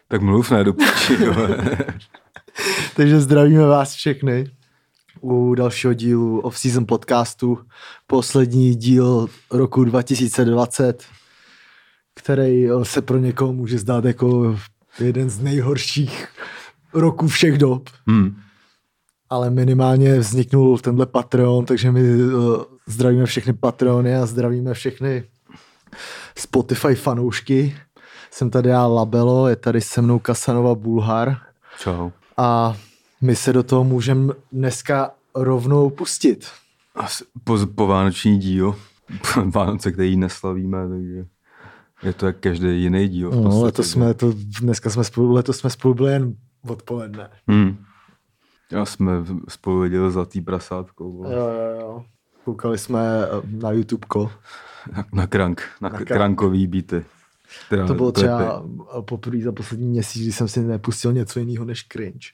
Tak mluv, ne, do píči, Takže zdravíme vás všechny u dalšího dílu off-season podcastu. Poslední díl roku 2020, který se pro někoho může zdát jako jeden z nejhorších roků všech dob. Ale minimálně vzniknul tenhle Patreon, takže my zdravíme všechny Patreony a zdravíme všechny Spotify fanoušky. Jsem tady já, Labelo, je tady se mnou Kasanova Bulhar. Čau. A my se do toho můžeme dneska rovnou pustit. Po vánoční díl. Vánoce, který neslavíme, takže je to jak každý jiný díl. No, letos jsme spolu byli jen odpoledne. Já jsme spolu viděli Zlatý prasátko. Jo. Koukali jsme na YouTubeko. Na krankový beaty. To bylo třeba poprvé za poslední měsíc, kdy jsem si nepustil něco jiného než cringe.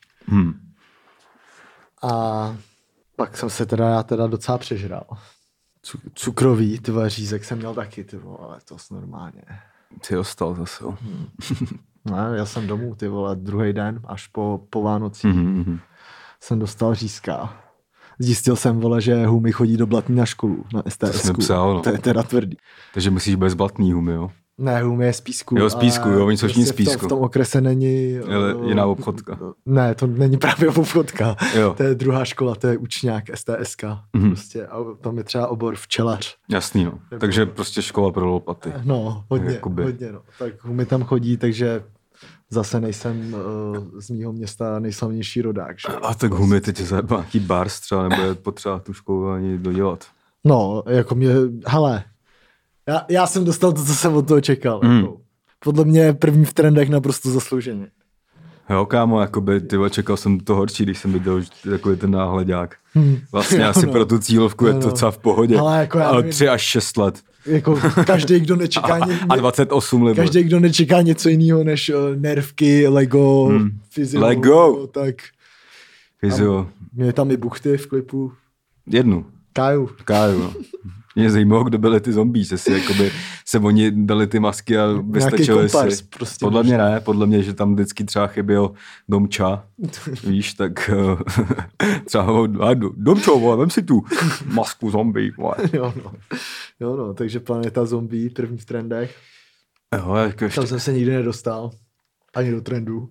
A pak jsem se teda docela přežral. Cukrový, ty vole, řízek jsem měl taky, ty vole, letos normálně. Ty ostal zase, jo. Ne, já jsem domů, ty vole, druhý den, až po Vánocích. Jsem dostal řízka. Zjistil jsem, vole, že Humy chodí do Blatní na školu, na STSku. Psal, no. To je teda tvrdý. Takže musíš bez Blatný Humy, jo? Ne, Humy je z Písku. Jo, z Písku, jo, oni jsou všichni z Písku. V tom okrese není... jiná obchodka. Ne, to není právě obchodka. Jo. To je druhá škola, to je učňák STSK. Prostě, a tam je třeba obor včelař. Jasný, no. Takže prostě škola pro lopaty. No, hodně, no. Tak Humy tam chodí, takže zase nejsem z mýho města nejslavnější rodák. Že? A tak Humy teď je zajebá nějaký bars třeba, nebo je potřeba tu školu ani dodělat. No, jako hele, já jsem dostal to, co jsem od toho čekal. Jako. Podle mě první v trendech naprosto zaslouženě. Jo, kámo, jakoby, čekal jsem to horší, když jsem viděl takový ten náhledák. Vlastně asi pro tu cílovku je to docela v pohodě. Ale 3 až 6 let. Jako každý, kdo nečeká a 28 let. Každý, kdo nečeká něco jiného než nervky, Lego, fyzio. Lego. Tak. Fyzio. Měli tam i buchty v klipu. Jednu. Káju. No. Mě zajímalo, kdo byli ty zombies, jestli jakoby se oni dali ty masky a vystačili si. Prostě podle mě ne, podle mě, že tam vždycky třeba chyběl Domča, víš, tak třeba Domčo, vole, vem si tu masku zombie, vole. Jo no, takže Planeta zombie, první v trendech. Jo, jako ještě. Tam jsem se nikdy nedostal, ani do trendů.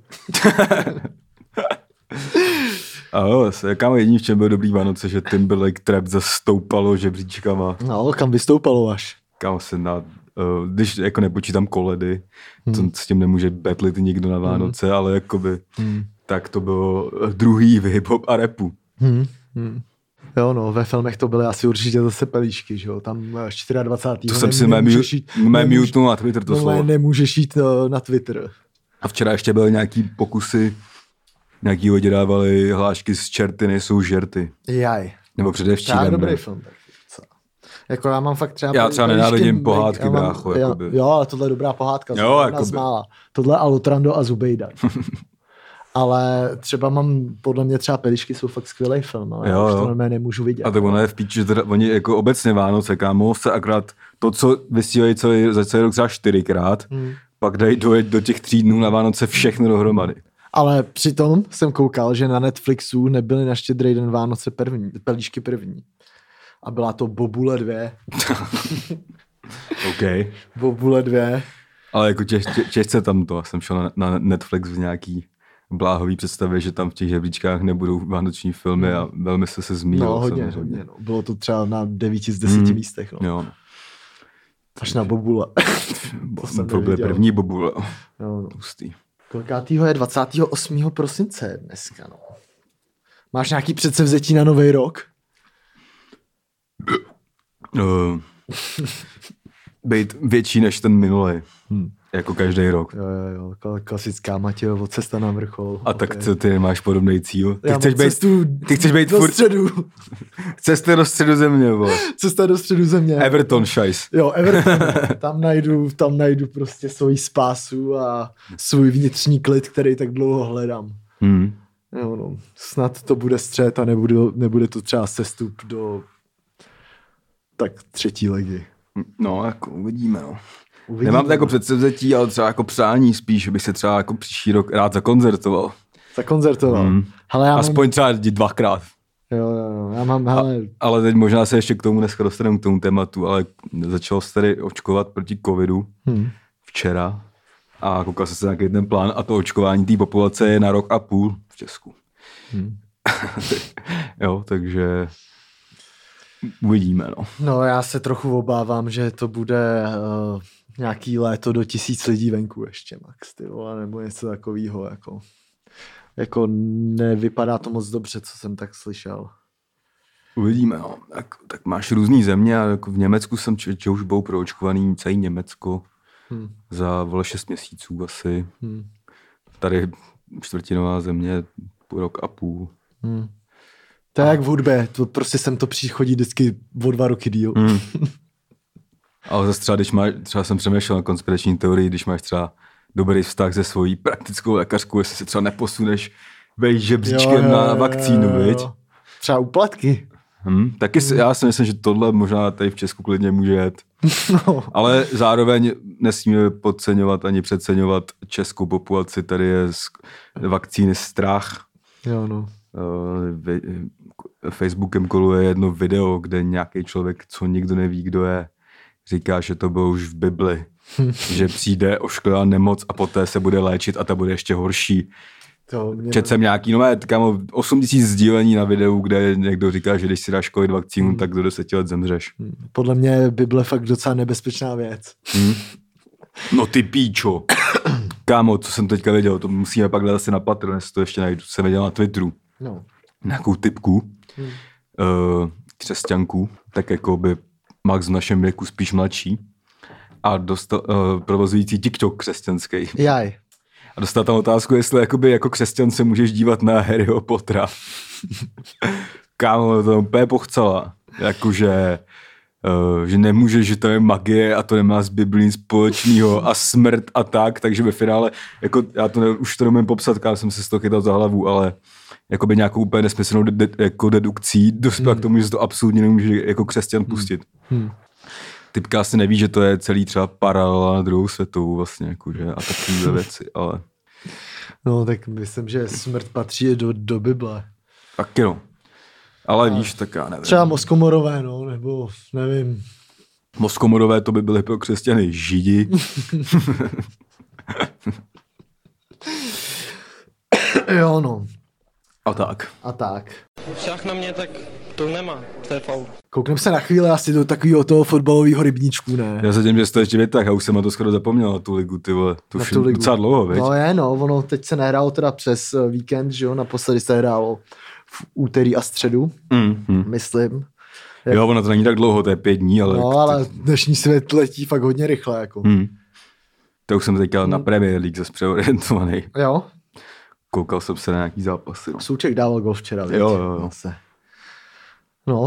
A jo, kámo, jediný v čem byl dobrý Vánoce, že Timberlake Trap zastoupalo žebříčkama. No, kam vystoupalo až? Kámo se když jako nepočítám koledy, to s tím nemůže battlit nikdo na Vánoce, ale jakoby, tak to bylo druhý v hip-hop a rapu. Jo no, ve filmech to byly asi určitě zase pelíšky, že jo, tam 24. To jsem si mutnul na Twitter to slovo. Nemůžeš jít na Twitter. A včera ještě byly nějaký pokusy, nějaký hodě dávali hlášky z čerty nejsou žerty. Jaj. Nebo předevčírem. To je dobrý film. Jako já mám fakt třeba... Já třeba nenávidím pohádky, brácho. Jo, ale tohle je dobrá pohádka. Jo, jakoby. Tohle a Lotrando a Zubejda. Ale třeba podle mě třeba Pelišky jsou fakt skvělý film, ale já už to normálně nemůžu vidět. A tak ono je v píči, že teda oni jako obecně Vánoce, kámo, se akorát to, co vysílají za celý rok třeba 4krát, pak dají do těch 3 dnů na Vánoce všechno dohromady. Ale přitom jsem koukal, že na Netflixu nebyly na Štědrý den Vánoce Pelíšky první. A byla to Bobule 2. OK. Bobule 2. Ale jako těžce tam to. Jsem šel na Netflix v nějaký bláhový představě, že tam v těch žebříčkách nebudou vánoční filmy a velmi se zmínil. No hodně. No. Bylo to třeba na 9 z 10 místech. No. Jo. Až na Bobule. To byl první Bobule. Jo, no. Hustý. Kolikátýho je 28. prosince dneska, no. Máš nějaký předsevzetí na nový rok? Být větší než ten minulý. Jako každý rok. Jo. Klasická Matějovo cesta na vrchol. A tak co, ty máš podobný cíl? Ty chceš být do furt... středu. Cesta do středu země, vole. Cesta do středu země. Everton šajs. Jo, Everton. Tam najdu prostě svoji spásu a svůj vnitřní klid, který tak dlouho hledám. Jo, no. Snad to bude střed a nebude to třeba sestup do tak 3. ligy. No, jako uvidíme, no. Uvidíme. Nemám to jako předsevzetí, ale třeba jako přání spíš, že bych se třeba jako příští rok rád zakoncertoval. Hele, aspoň třeba 2krát. Jo, já mám, hele... Ale teď možná se ještě k tomu dneska dostaneme, k tomu tématu, ale začal se tady očkovat proti covidu včera a koukal jsem se na nějaký ten plán a to očkování té populace je na 1,5 roku v Česku. Jo, takže uvidíme, no. No, já se trochu obávám, že to bude nějaký léto do 1000 lidí venku ještě max, ty vole, nebo něco takového, jako nevypadá to moc dobře, co jsem tak slyšel. Uvidíme, no. Tak máš různý země a jako v Německu jsem že už budou proočkovaný celý Německo za 6 měsíců asi. Tady čtvrtinová země 1,5 roku. To je jak v hudbě, to prostě sem to přichodí vždycky o 2 roky díl. Ale zase třeba jsem přemýšlel na konspirační teorii, když máš třeba dobrý vztah se svojí praktickou lékařkou, jestli se třeba neposuneš vejš žebříčkem na vakcínu, viď? Třeba úplatky. Taky já si myslím, že tohle možná tady v Česku klidně může jet. No. Ale zároveň nesmíme podceňovat ani přeceňovat českou populaci. Tady je z vakcíny strach. Jo, no. Facebookem koluje jedno video, kde nějaký člověk, co nikdo neví, kdo je, říká, že to bylo už v Bibli. Že přijde ošklivá nemoc a poté se bude léčit a ta bude ještě horší. Četl jsem nějaký, 8 000 sdílení na videu, kde někdo říká, že když si dáš covid vakcínu, tak do 10 let zemřeš. Podle mě Bible fakt docela nebezpečná věc. No ty píčo. Kámo, co jsem teďka viděl, to musíme pak dát asi na Patreon, jestli to ještě najdu. Jsem viděl na Twitteru. No. Nějakou typku, křesťanku, tak jako by Max v našem věku spíš mladší a provozující TikTok křesťanský. Jaj. A dostal tam otázku, jestli jakoby jako křesťan se můžeš dívat na Harryho Pottera. Kámo, to úplně pochcela. Jakože že nemůže, že to je magie a to nemá s Biblí společného a smrt a tak, takže ve finále, jako já to už to nemůžu popsat, kámo, jsem se z toho chytal za hlavu, ale jakoby nějakou úplně nesmyslnou jako dedukcí dospěl k tomu, že se to absolutně nemůže jako křesťan pustit. Typka asi neví, že to je celý třeba paralela na druhou světovou vlastně, jakože, a takové věci, ale... No, tak myslím, že smrt patří do Bible. Taky no. Ale víš, tak já nevím. Třeba Moskomorové, no, nebo nevím. Moskomorové to by byly pro křesťany Židi. Jo, no. A tak. Však na mě, tak to nemá, to je faul. Kouknem se na chvíli asi do takového toho fotbalového rybníčku, ne? Já se tím, že jsi to ještě vytáhl, já už jsem na to skoro zapomněl, na tu ligu, ty vole. To už je docela dlouho, viď? No ono teď se nehrálo teda přes víkend, že jo, naposledy se hrálo v úterý a středu, myslím. Jo, ono to není tak dlouho, to je 5 dní, ale... No, ale dnešní svět letí fakt hodně rychle, jako. To už jsem teďka na Premier League zase přeorientovaný. Jo? Koukal jsem se na nějaký zápasy. Souček dával gol včera, viď? Jo. No,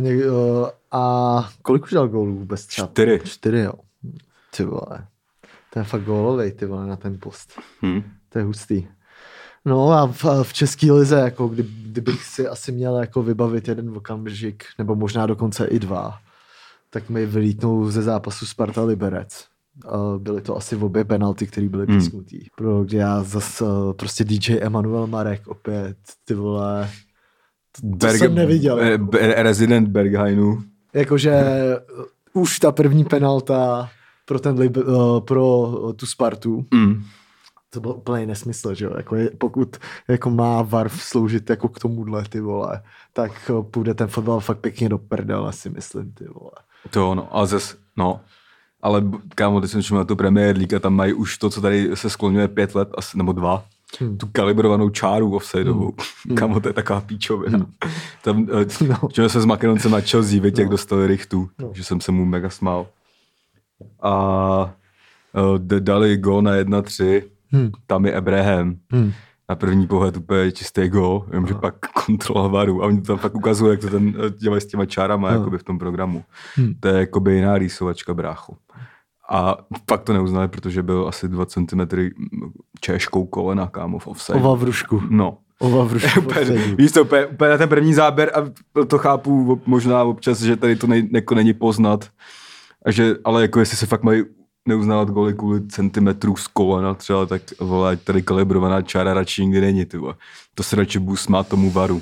a kolik už dal gólů vůbec? 4, jo. Ty vole. To je fakt gólovej, ty vole, na ten post. To je hustý. No a v české lize, jako kdybych si asi měl jako vybavit jeden okamžik, nebo možná dokonce i 2, tak mi vylítnou ze zápasu Sparta Liberec. Byly to asi obě penalty, které byly písknutý. Kde já zase prostě DJ Emanuel Marek opět, ty vole, to jsem neviděl. Resident Berghainu. Jakože už ta první penalta pro tu Spartu, to byl úplný nesmysl, že jo, jako pokud jako má VAR sloužit jako k tomuhle, ty vole, tak půjde ten fotbal fakt pěkně do prdele, si myslím, ty vole. To no, ale zase, no, ale kámo, teď jsem šel na tu Premier League a tam mají už to, co tady se skloňuje 5 let, asi, nebo 2, tu kalibrovanou čáru offsideovou. Kámo, to je taková píčovina. Tam, že se s Makedoncem na Chelsea, víte, jak dostali rychtu, že jsem se mu mega smál. A dali gól na 1-3, tam je Abraham. Na první pohled úplně čistý gól, že pak kontrola VARu a oni to tam fakt ukazují, jak to ten dělají s těma čárama jakoby v tom programu. To je jakoby jiná rýsovačka, brácho. A pak to neuznali, protože byl asi 2 cm češkou kolena, kámo, v offside. O Vavrušku. No. O Vavrušku. Víš to, úplně na ten první záběr a to chápu možná občas, že tady to není poznat. A že, ale jako jestli se fakt mají neuznávat goly kvůli centimetru z kolena třeba, tak vole, tady kalibrovaná čára radši nikdy není, ty vole. To se radši budu smát tomu varu.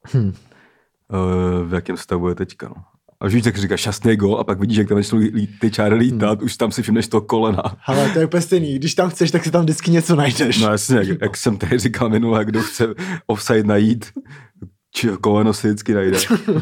V jakém stavu je teďka, no. A už tak říkáš šťastný gol a pak vidíš, jak tam začnou ty čáry lítat, už tam si všimneš toho kolena. Ale to je úplně stejný, když tam chceš, tak si tam vždycky něco najdeš. No jasně, jak jsem tady říkal minule, kdo chce offside najít, či koleno si vždycky najde.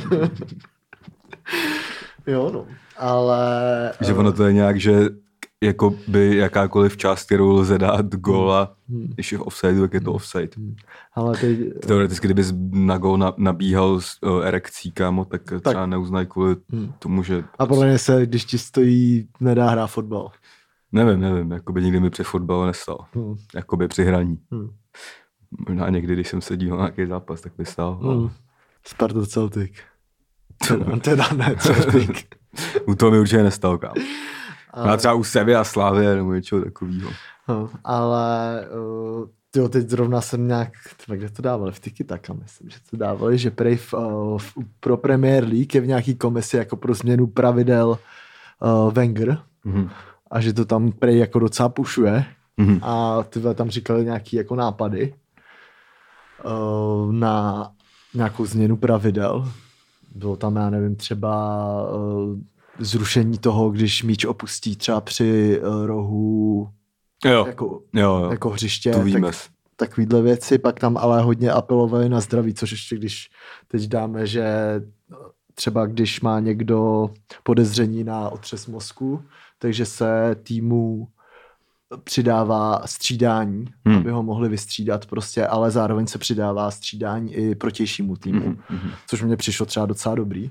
Jo, no, ale... Že ono to je nějak, že jako by jakákoliv část, kterou lze dát góla, když je offside, tak je to offside. Ale teď... Teoreticky, kdybys na gól nabíhal s erekcí, kámo, tak třeba neuznají kvůli tomu, že... A podle mě se, když ti stojí, nedá hrát fotbal. Nevím, jakoby nikdy mi při fotbalu nestal. Jakoby při hraní. Možná někdy, když jsem se díval na nějaký zápas, tak by stál. Sparta Celtic. Teda ne, Celtic. U toho mi určitě nestal, kámo. Ale... třeba u Sevy a Slávy nebo něčeho takového. Ale teď zrovna jsem nějak, kde to dávali, v Tiki-Taka myslím, že to dávali, že prej pro Premier League je v nějaký komisi jako pro změnu pravidel Wenger a že to tam prej jako docela pušuje a tyhle tam říkali nějaký jako nápady na nějakou změnu pravidel. Bylo tam, já nevím, třeba zrušení toho, když míč opustí třeba při rohu jako hřiště, takovýhle věci, pak tam ale hodně apelovali na zdraví, což ještě když teď dáme, že třeba když má někdo podezření na otřes mozku, takže se týmu přidává střídání, aby ho mohli vystřídat prostě, ale zároveň se přidává střídání i protějšímu týmu, což mě přišlo třeba docela dobrý.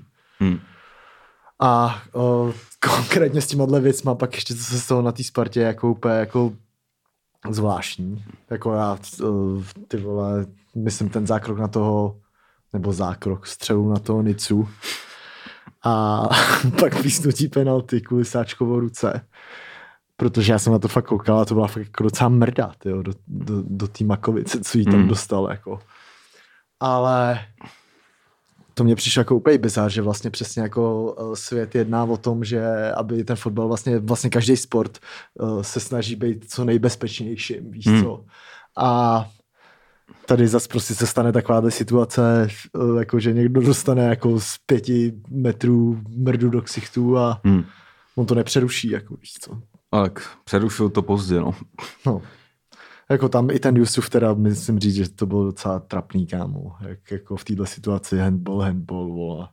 A konkrétně s tímhle věcma pak ještě co se z toho na té Spartě jako úplně jako zvláštní. Jako já, ty vole, myslím ten zákrok na toho, nebo střelu na toho Nicu a pak písnutí penalty kvůli Sáčkovou ruce. Protože já jsem na to fakt koukal a to byla fakt jako docela mrda, tyjo, do té Makovice, co jí tam dostal, jako. Ale to mě přišlo jako úplně bizár, že vlastně přesně jako svět jedná o tom, že aby ten fotbal vlastně každý sport se snaží být co nejbezpečnějším, víš co. A tady zase prostě se stane takováhle situace, jako že někdo dostane jako z 5 metrů mrdu do ksichtu a on to nepřeruší, jako víš co. Tak, přerušil to pozdě, no. Jako tam i ten Jusuf teda, myslím říct, že to bylo docela trapný, kámo. Jako v této situaci handball, vola.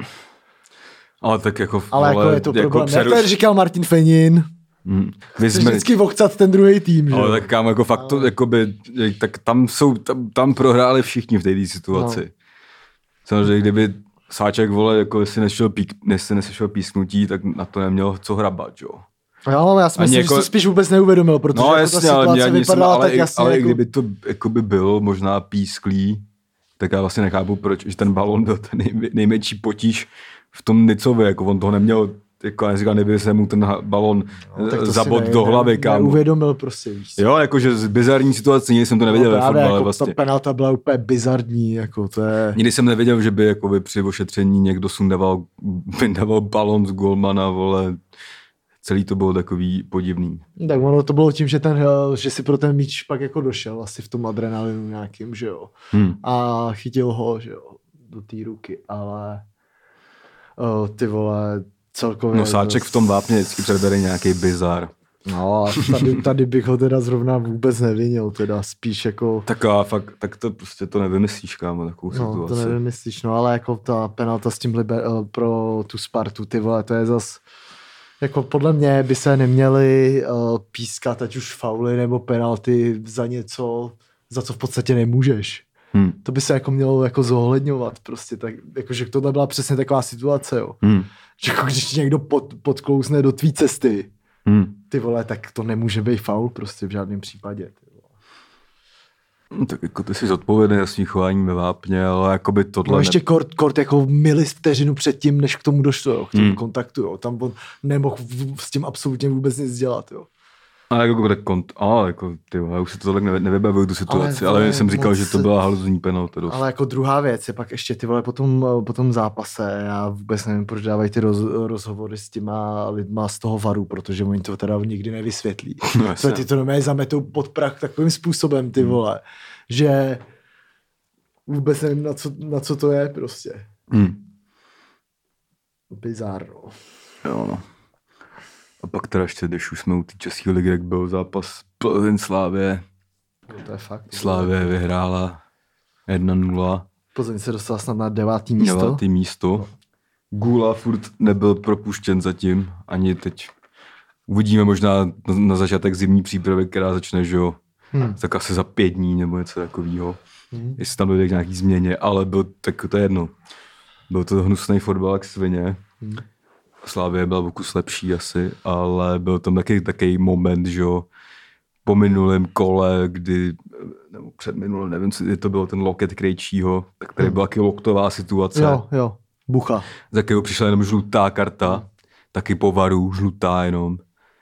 Ale tak jako... Ale jako je to jako problém. Jak tady říkal Martin Fenin, chceš vždycky vochcat ten druhý tým, že? Ale tak kámo, jako fakt to, jakoby, tak tam prohráli všichni v této situaci. No. Samozřejmě, kdyby Sáček, vole, jako jestli nesešel písknutí, tak na to neměl co hrabat, jo. Jo, já si myslím, že to spíš vůbec neuvědomil, protože no, jako jasně, ta situace vypadala tak jasně. Ale jako... kdyby to jakoby bylo možná písklý, tak já vlastně nechápu, proč, že ten balón byl ten nejmenší potíž v tom Nicovi, jako on toho neměl, jako já říkal, nebyl se mu ten balón zabod do hlavy, kámo. Neuvědomil prostě, víš. Jo, jakože z bizarní situace, nikdy jsem to nevěděl ve fotbale jako vlastně. Ta penalta byla úplně bizarní, jako to je... Nikdy jsem nevěděl, že by jakoby při ošetření někdo vyndával balón z golmana, vole. Celý to bylo takový podivný. Tak ono to bylo tím, že si pro ten míč pak jako došel asi v tom adrenalinu nějakým, že jo. A chytil ho, že jo, do té ruky, ale ty vole, celkově... No Sáček v tom vápně vždycky předvede nějaký bizar. No a tady bych ho teda zrovna vůbec nevinil, teda spíš jako... Tak to prostě to nevymyslíš, kámo, takovou situaci. No to nevymyslíš, no ale jako ta penalta s tím pro tu Spartu, ty vole, to je zas... Jako podle mě by se neměly pískat ať už fauly nebo penalty za něco, za co v podstatě nemůžeš. To by se jako mělo jako zohledňovat prostě, tak, jako, že tohle byla přesně taková situace, jo. Že jako když někdo podklouzne do tvý cesty, ty vole, tak to nemůže být faul prostě v žádném případě. Ty vole. No, tak jako ty jsi zodpovědný za svým chováním ve vápně, ale jako by tohle... No ještě kort jako vteřinu předtím, než k tomu došlo, jo, k tomu kontaktu, jo. Tam on nemohl s tím absolutně vůbec nic dělat, jo. Ale jako ty, já už si to tak nevybavuju tu situaci, ale jsem říkal, že to byla haluzní penalta. Ale jako druhá věc je pak ještě ty vole po tom zápase, já vůbec nevím, proč dávají ty rozhovory s těma lidma z toho VARu, protože oni to teda nikdy nevysvětlí. No, ty to normálně zametou pod prach takovým způsobem, ty vole, že vůbec nevím, na co to je prostě. Bizarno. Jo, no. A pak teda ještě, když už jsme u té české ligy, jak byl zápas Plzeň Slávě. No, to je fakt. Slávě vyhrála 1-0. Plzeň se dostala snad na 9. místo. 9. místo. Gula furt nebyl propuštěn zatím, ani teď. Uvidíme možná na začátek zimní přípravy, která začne, že jo, tak asi za 5 dní nebo něco takového. Jestli tam dojde k nějaký změně, ale tak to je jedno. Byl to hnusný fotbal jak svině. Slávě byla o kus lepší asi, ale byl tam takový moment, že jo, po minulém kole, nebo před minulým, nevím, jestli to bylo ten loket Krejčího, tak tady byla taky loktová situace. Jo, Bucha. Za kterou přišla jenom žlutá karta, taky po VARu, žlutá jenom.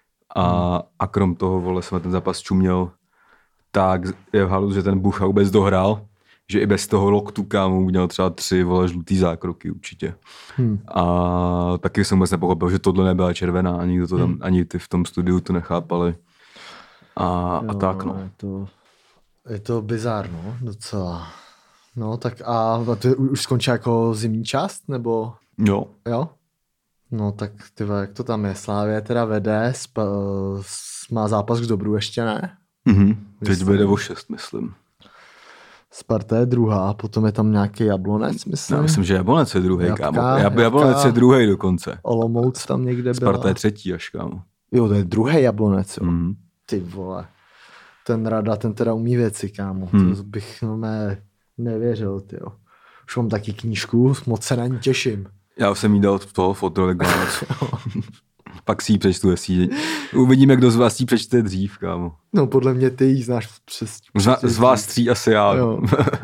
A krom toho, vole, jsme ten zápas čuměl, tak je v halu, že ten Bucha vůbec dohrál, že i bez toho loktu, kámo, měl třeba 3, vole, žlutý zákroky určitě. A taky jsem vůbec nepochopil, že tohle nebyla červená, ani to tam, ani ty v tom studiu to nechápali. A tak, no. Je to bizárno, docela. No, tak a to už skončí jako zimní část, nebo? Jo. No, tak tyhle, jak to tam je? Slávě teda vede, má zápas k dobru ještě, ne? Teď vede o 6, myslím. Sparta je druhá, potom je tam nějaký Jablonec, myslím. Já myslím, že Jablonec je druhý, kámo. Jablonec je druhý dokonce. Olomouc tam někde byla. Sparta je třetí až, kámo. Jo, to je druhý Jablonec, jo. Ty vole. Ten Rada, ten teda umí věci, kámo. To bych nevěřil, tyjo. Už mám taky knížku, moc se na ní těším. Já už jsem jí dal toho fotolegánec. Pak si ji přečtu, uvidíme, kdo z vás ji přečte dřív, kámo. No, podle mě ty ji znáš přes... Z vás 3 asi já. Jo,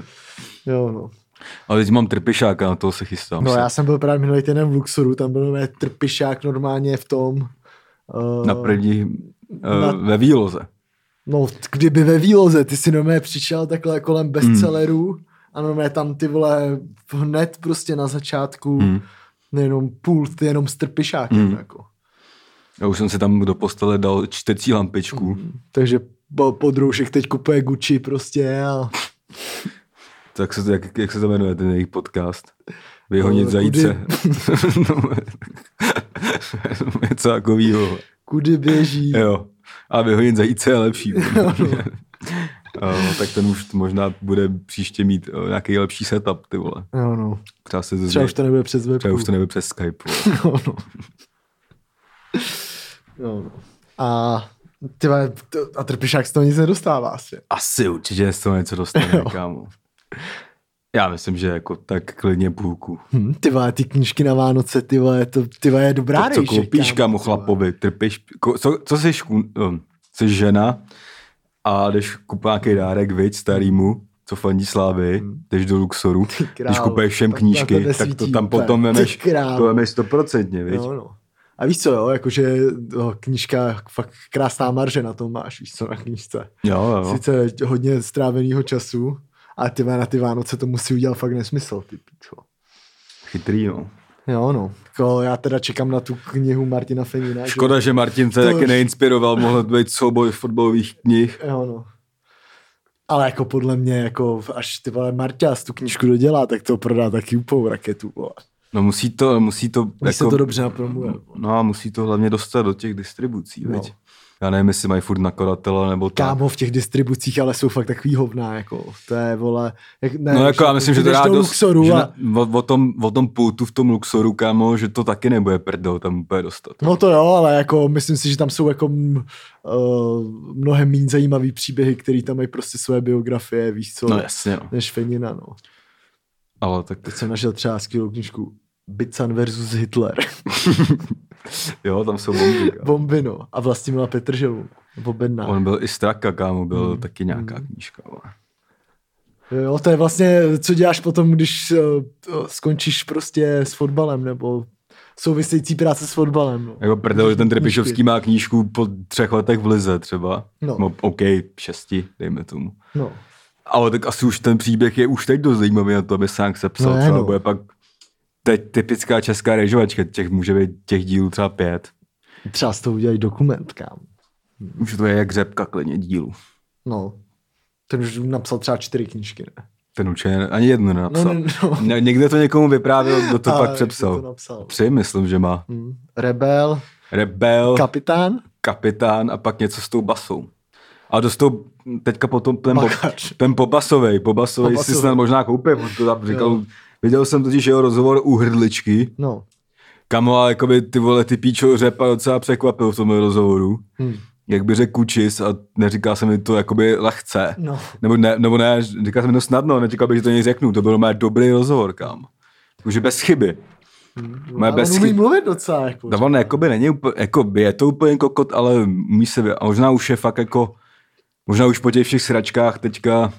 no. Ale teď mám Trpišáka, na toho se chystám. No, já jsem byl právě minulý týden v Luxoru, tam byl Trpišák normálně v tom... na první... ve výloze. No, kdyby ve výloze, ty si normálně přišel takhle kolem bestsellerů a normálně tam ty vole hned prostě na začátku nejenom pult, jenom s Trpišákem, jako. Já už jsem si tam do postele dal čtecí lampičku. Takže podroušek teď kupuje Gucci prostě a... Tak jak se to jmenuje, ten jejich podcast? Vyhonit zajíce. Něco takovýho. Kudy běží. Jo. A vyhonit zajíce je lepší. Tak ten už možná bude příště mít nějaký lepší setup, ty vole. Jo, no. Třeba už to nebude přes webku. Třeba už to nebude přes Skype. No. A Trpišák z toho nic nedostává asi. Asi určitě z toho něco dostane, kámo. Já myslím, že jako tak klidně půlku. Ty knížky na Vánoce, ty je dobrá rejšek. Co koupíš, kámo, chlapovi? Trpíš, co jsi žena a jdeš kupovat nějaký dárek, viď, starýmu, co fandí Slávy, jdeš do Luxoru, když kupuješ všem knížky, tak to tam potom vemeš 100%, viď? No. A víš co, jo, jakože knížka, fakt krásná marže na tom máš, víš co, na knížce. Jo. Sice hodně stráveného času, ale ty na ty Vánoce to musí udělat fakt nesmysl, ty pičo. Chytrý, no. Jo, no. Já teda čekám na tu knihu Martina Fenína. Škoda, že Martin se taky neinspiroval, mohl být souboj fotbalových knih. Jo, no. Ale jako podle mě, jako až ty vole Marťas tu knížku dodělá, tak to prodá taky úplnou raketu, vole. No musí to jako, se to dobře napromuje. No a musí to hlavně dostat do těch distribucí, viď? Já nevím, jestli mají furt nakladatele nebo tak. Kámo, v těch distribucích ale jsou fakt takový hovná, jako, to je, vole. No jako já myslím, že to dá dost, o tom pultu v tom Luxoru, kámo, že to taky nebude prdel tam úplně dostat. No to jo, ale jako myslím si, že tam jsou jako mnohem méně zajímavý příběhy, který tam mají prostě své biografie, víš co, no, jasně, no. Než Fenina, no. Ale tak... Teď jsem našel třeba skvělou knížku Bican versus Hitler. Jo, tam jsou bomby. Bomby, no. A Vlastimila Petrželu. Nebo Bedná. On byl i Straka, kámo, byl taky nějaká knížka. Jo, to je vlastně, co děláš potom, když skončíš prostě s fotbalem, nebo související práce s fotbalem. No. Jako prdel, že ten Trepišovský má knížku po 3 letech v lize třeba. No OK, 6, dejme tomu. No. Ale tak asi už ten příběh je už teď dost zajímavý na to, aby sám sepsal. No, třeba bude pak teď typická česká režovačka, může být těch dílů třeba 5. Třeba z toho udělají dokument, kam. Už to je jak řepka klidně dílu. No, ten už napsal třeba 4 knížky, ne? Ten určitě ani jednu nenapsal. No. Někde to někomu vyprávěl, kdo to pak přepsal. 3, myslím, že má. Rebel. Kapitán a pak něco s tou basou. A dost to teďka potom ten Pobasovej si snad možná koupil, to tam říkal, viděl jsem totiž jeho rozhovor u Hrdličky. No. Kamo, ale jakoby ty vole, ty píčo Řepa docela překvapil v tom rozhovoru. Jak by řekl Kučis a neříká se mi to jakoby lehce. No. Nebo ne, říká se mi to snadno, neříkal bych, že to něj řeknu. To byl mé dobrý rozhovor, kam. Už bez chyby. On umí mluvit docela. Jako, on jakoby není úplně, jako je to úplně kokot, ale umí se, a možná už je fakt jako, možná už po těch všech sračkách teďka,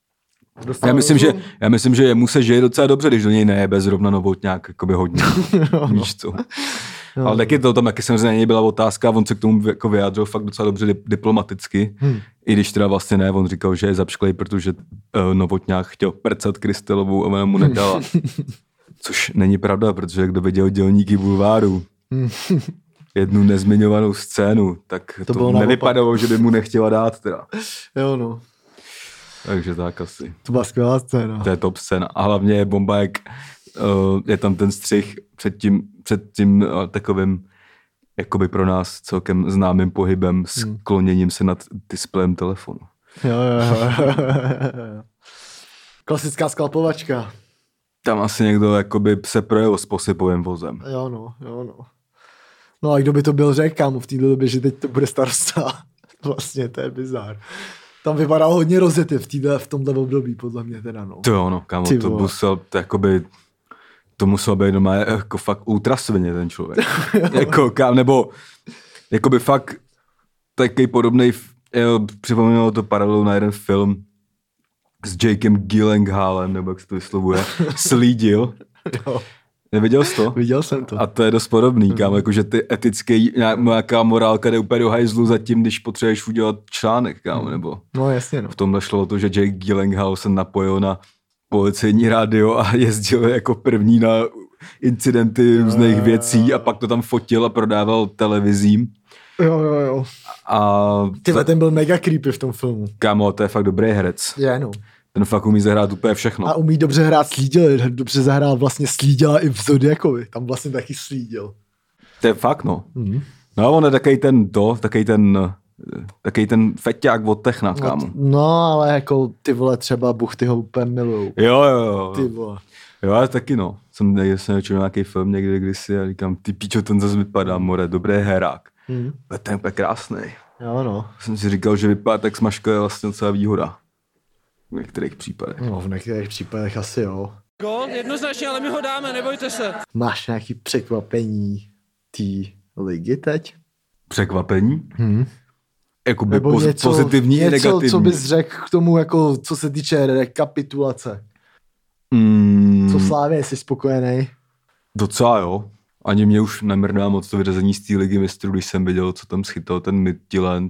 já myslím, že jemu se žije docela dobře, když do něj nejebe zrovna Novotňák jakoby hodně. Víš co? No. Ale taky to tam, jaký samozřejmě byla otázka, on se k tomu jako vyjádřil fakt docela dobře diplomaticky, i když teda vlastně ne, on říkal, že je zapšklej, protože Novotňák chtěl prcat Krystelovou a ona mu nedala. Což není pravda, protože kdo viděl Dělníky bulváru, jednu nezmiňovanou scénu, tak to nevypadalo, že by mu nechtěla dát teda. Jo no. Takže tak asi. To byla skvělá scéna. To je top scéna. A hlavně je bomba, jak je tam ten střih před tím takovým jakoby pro nás celkem známým pohybem, skloněním se nad displejem telefonu. Jo. Klasická skalpovačka. Tam asi někdo jakoby se projel s posypovým vozem. Jo no. No a kdo by to byl řekl, kámo, v této době, že teď to bude starosta. Vlastně, to je bizár. Tam vypadalo hodně rozjety v tomhle období, podle mě teda, no. To jo, no, kámo, to musel být doma jako fakt ultrasvině ten člověk. Jako, nebo jakoby fakt takový podobnej, připomínalo to paralelu na jeden film s Jakem Gyllenhaalem, nebo jak se to vyslovuje, Slídil. Jo. Neviděl jsi to? Viděl jsem to. A to je dost podobný, kámo, jakože ty etický, nějaká morálka jde úplně do hajzlu zatím, když potřebuješ udělat článek, kámo, nebo... No jasně, no. V tomhle šlo o to, že Jake Gyllenhaal se napojil na policejní rádio a jezdil jako první na incidenty různých věcí a pak to tam fotil a prodával televizím. Jo. A... Ten byl mega creepy v tom filmu. Kámo, to je fakt dobrý herec. Je, no. Ten fakt umí zahrát úplně všechno. A umí dobře hrát Slídil, dobře zahrál vlastně Slídila i v Zodiakovi. Tam vlastně taky Slídil. To je fakt, no. No on je takový ten feťák od techna, kámo. No, ale jako ty vole třeba Buchty ho úplně milujou. Jo. Ty vole. Jo, ale taky no. Jsem nečil nějaký film někdy kdysi a říkám, ty píčo, ten zase vypadá, more, dobrý herák. Ten je úplně krásný. Jo, no. Jsem si říkal, že vypadá tak smažka je vlastně celá výhoda. V některých případech. No, v některých případech asi jo. Gól, jednoznačně, ale my ho dáme, nebojte se. Máš nějaký překvapení té ligy teď? Překvapení? Jakoby pozitivní i negativní. Co bys řekl k tomu, jako, co se týče rekapitulace? Co Slávě, jsi spokojený? Docela jo. Ani mě už nemrdá moc to vyřazení z té ligy mistrů, když jsem viděl, co tam schytal ten Midtjylland.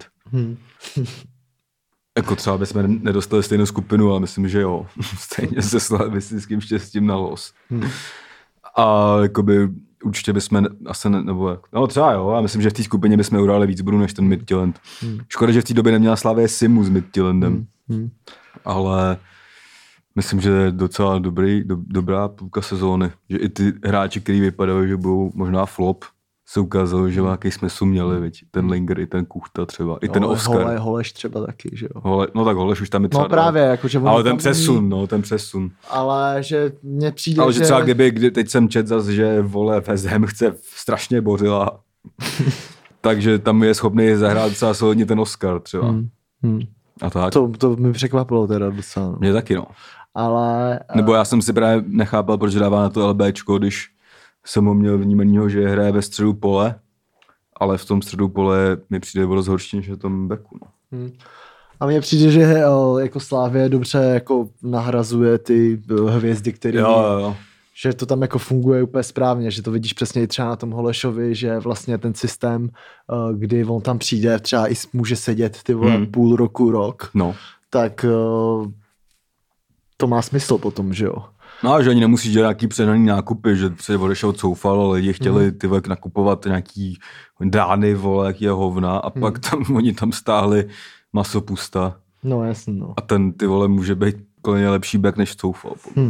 Jako třeba bychom nedostali stejnou skupinu, ale myslím, že jo. Stejně se slavistickým štěstím na los. A jakoby určitě bychom asi no třeba jo, já myslím, že v té skupině bychom uráli víc bodů než ten Midtjylland. Škoda, že v té době neměla Slavia Simu s Midtjyllandem. Ale myslím, že je docela dobrá půlka sezóny. Že i ty hráči, kteří vypadají, že budou možná flop, se ukázalo, že nějaký smysl měli, viď? Ten Linger, i ten Kuchta třeba, i ten Oscar. Holeš třeba taky, že jo? No tak Holeš už tam je třeba. No právě, jakože ale ten přesun. Ale že mně přijde, ale že třeba teď jsem četl zase, že vole West Ham chce strašně Bořila. Takže tam je schopný zahrát docela solidně ten Oscar třeba. A tak. To mi překvapilo teda docela. Mě taky, no. Ale... Nebo já jsem si právě nechápal, proč dává na to LBčko, když jsem ho měl vnímanýho, že hraje ve středu pole, ale v tom středu pole mi přijde dost horší než v tom beku. No. A mně přijde, že jako Slavie dobře jako nahrazuje ty hvězdy, které... Jo. že to tam jako funguje úplně správně, že to vidíš přesně i třeba na tom Holešovi, že vlastně ten systém, kdy on tam přijde, třeba i může sedět ty vole půl roku, rok, tak to má smysl potom, že jo. No a že ani nemusíš dělat nějaký předaný nákupy, že se odešel coufal, ale lidi chtěli ty vole nakupovat nějaký dány, vole, jaký je hovna a pak tam oni tam stáhli masopusta. No jasně, no. A ten ty vole může být kolem lepší back než coufal.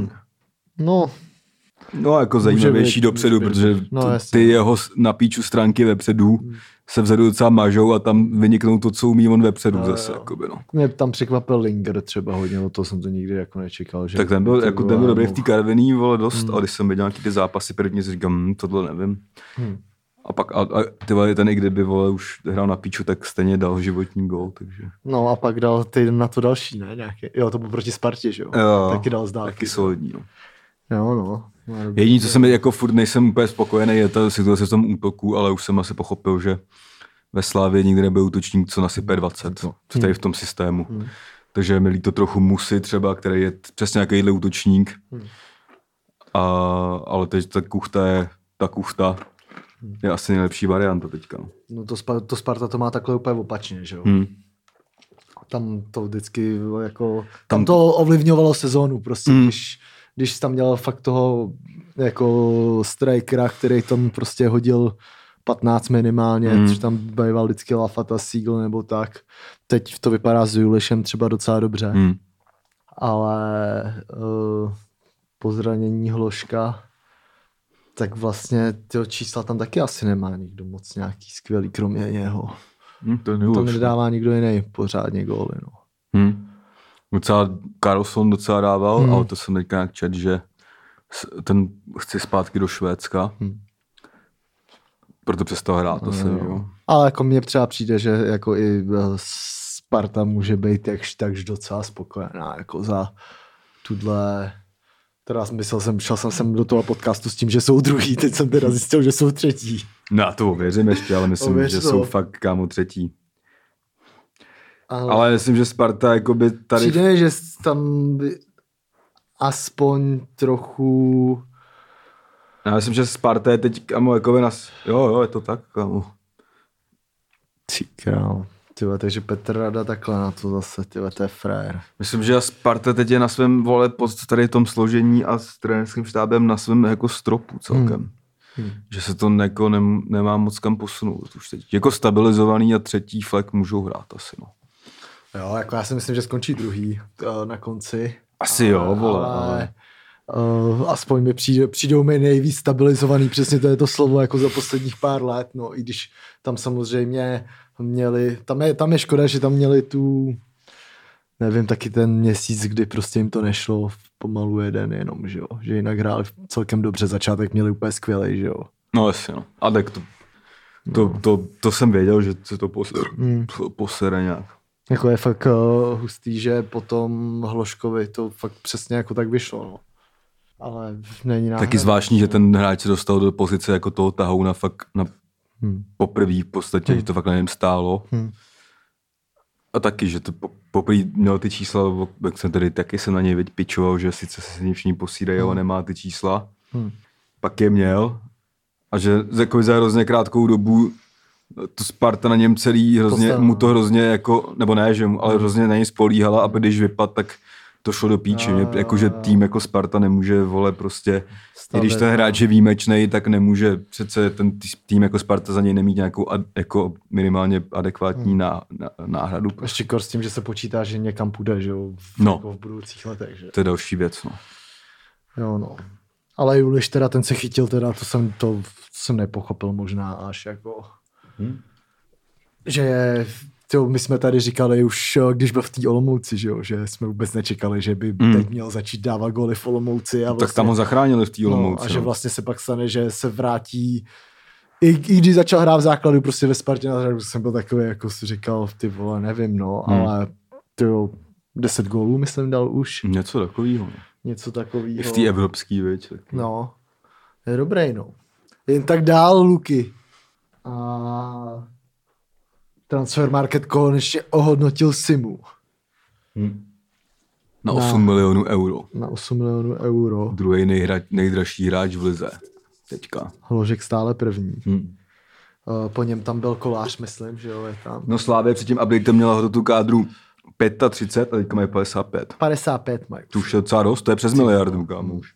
No jako zajímavější dopředu, protože ty jeho na píču stránky vepředu se vzadu docela mažou a tam vyniknou to, co umí on vepředu zase. Jakoby, no. Mě tam překvapil Linger třeba hodně, o to jsem to nikdy jako nečekal. Že tak ten byl dobrý v té Karviní, vole, dost, a když jsem viděl nějaký ty zápasy první, si říkám, tohle nevím. A pak ty vole, ten i kdyby vole už hrál na píču, tak stejně dal životní gól, takže. No a pak dal týden na to další, ne? Nějaký. Jo, to byl proti Spartě, že jo? Taky dal zdávky. Taky solidní, no. Jo, no. Jediný, co jsem jako furt nejsem úplně spokojený, je ta situace v tom útoku, ale už jsem asi pochopil, že ve Slávě nikdy nebyl útočník, co nasype 20, co tady v tom systému. Takže mi líto trochu Musy třeba, který je přesně nějakýhle útočník. Ale teď ta kuchta je asi nejlepší varianta teďka. No to Sparta to má takhle úplně opačně, že jo? Tam to vždycky jako... Tam to ovlivňovalo sezónu prostě, když tam měl fakt toho jako strikera, který tam prostě hodil 15 minimálně, což tam býval vždycky Lafata, Siegel nebo tak. Teď to vypadá s Julišem třeba docela dobře. Ale po zranění Hloška, tak vlastně tyho čísla tam taky asi nemá nikdo moc nějaký skvělý, kromě něho. To nedává nikdo jiný pořádně góly. No. Docela Karlsson docela dával, ale to jsem teďka nějak čet, že ten chce zpátky do Švédska. Proto přestal hrát asi, jo. Ale jako mně třeba přijde, že jako i Sparta může být takž docela spokojená jako za tuhle. Teda šel jsem sem do toho podcastu s tím, že jsou druhý, teď jsem teda zjistil, že jsou třetí. No já to ověřím ještě, ale myslím, že jsou fakt kámo třetí. Ale myslím, že Sparta jakoby tady... Přijde, že tam aspoň trochu... Já myslím, že Sparta je teď kámo jakoby nás... Jo, je to tak, kámo. Ty král. Tyhle, takže Petr Rada takhle na to zase, tyhle, to je frajer. Myslím, že Sparta teď je na svém vole tady v tom složení a s trenérským štábem na svém jako stropu celkem. Že se to jako nemá moc kam posunout už teď. Jako stabilizovaný a třetí flek můžou hrát asi, no. Jo, jako já si myslím, že skončí druhý na konci. Asi jo, vole. Ale aspoň mi přijdou mi nejvíc stabilizovaný, přesně to je to slovo jako za posledních pár let, no i když tam samozřejmě měli, tam je škoda, že tam měli tu, nevím, taky ten měsíc, kdy prostě jim to nešlo pomalu jeden jenom, že jo, že jinak hráli celkem dobře, začátek měli úplně skvělej, že jo. No jasně, no. A tak to jsem věděl, že se to posere nějak. Jako je fakt hustý, že potom Hloškovi to fakt přesně jako tak vyšlo, no. Ale není náhodou. Taky zvláštní, že ten hráč se dostal do pozice jako toho tahouna fakt na poprvé v podstatě, že to fakt na něm stálo. A taky, že to poprvé měl ty čísla, jak jsem tady taky se na něj pičoval, že sice se s ním všichni posídají, ale nemá ty čísla. Pak je měl a že jako za hrozně krátkou dobu to Sparta na něm celý hrozně, mu to hrozně jako, nebo ne, že mu, ale hrozně na něj spolíhala a když vypad, tak to šlo do píči. Jakože tým jako Sparta nemůže, vole, prostě, i když ten hráč je výjimečnej, tak nemůže přece ten tým jako Sparta za něj nemít nějakou jako minimálně adekvátní náhradu. Ještě kor s tím, že se počítá, že někam půjde, že jo, jako v budoucích letech. Že? To je další věc, no. Jo, no. Ale Juliš teda, ten se chytil teda, to jsem nepochopil možná až jako, že je... My jsme tady říkali už, když byl v té Olomouci, že jo, že jsme vůbec nečekali, že by teď měl začít dávat góly v Olomouci. A vlastně, tak tam ho zachránili v té Olomouci. A že vlastně se pak stane, že se vrátí, i když začal hrát v základu prostě ve Spartě na řadu, jsem byl takový, jako si říkal, ty vole, nevím, no, ale tyjo, 10 gólů, myslím, dal už. Něco takového. Něco takového. I v té evropský, věď. No, je dobrý, no. Jen tak dál, Luky. A... Transfermarkt konečně ohodnotil Simu. Na 8 milionů euro. Na 8 milionů euro. Druhý nejdražší hráč v lize. Teďka. Hložek stále první. Po něm tam byl Kolář, myslím, že jo, je tam. No Slávě před tím updatem měla hodnotu kádru 35 a teďka mají 55. 55 mají. To už je docela dost, to je přes miliardu, kámo už.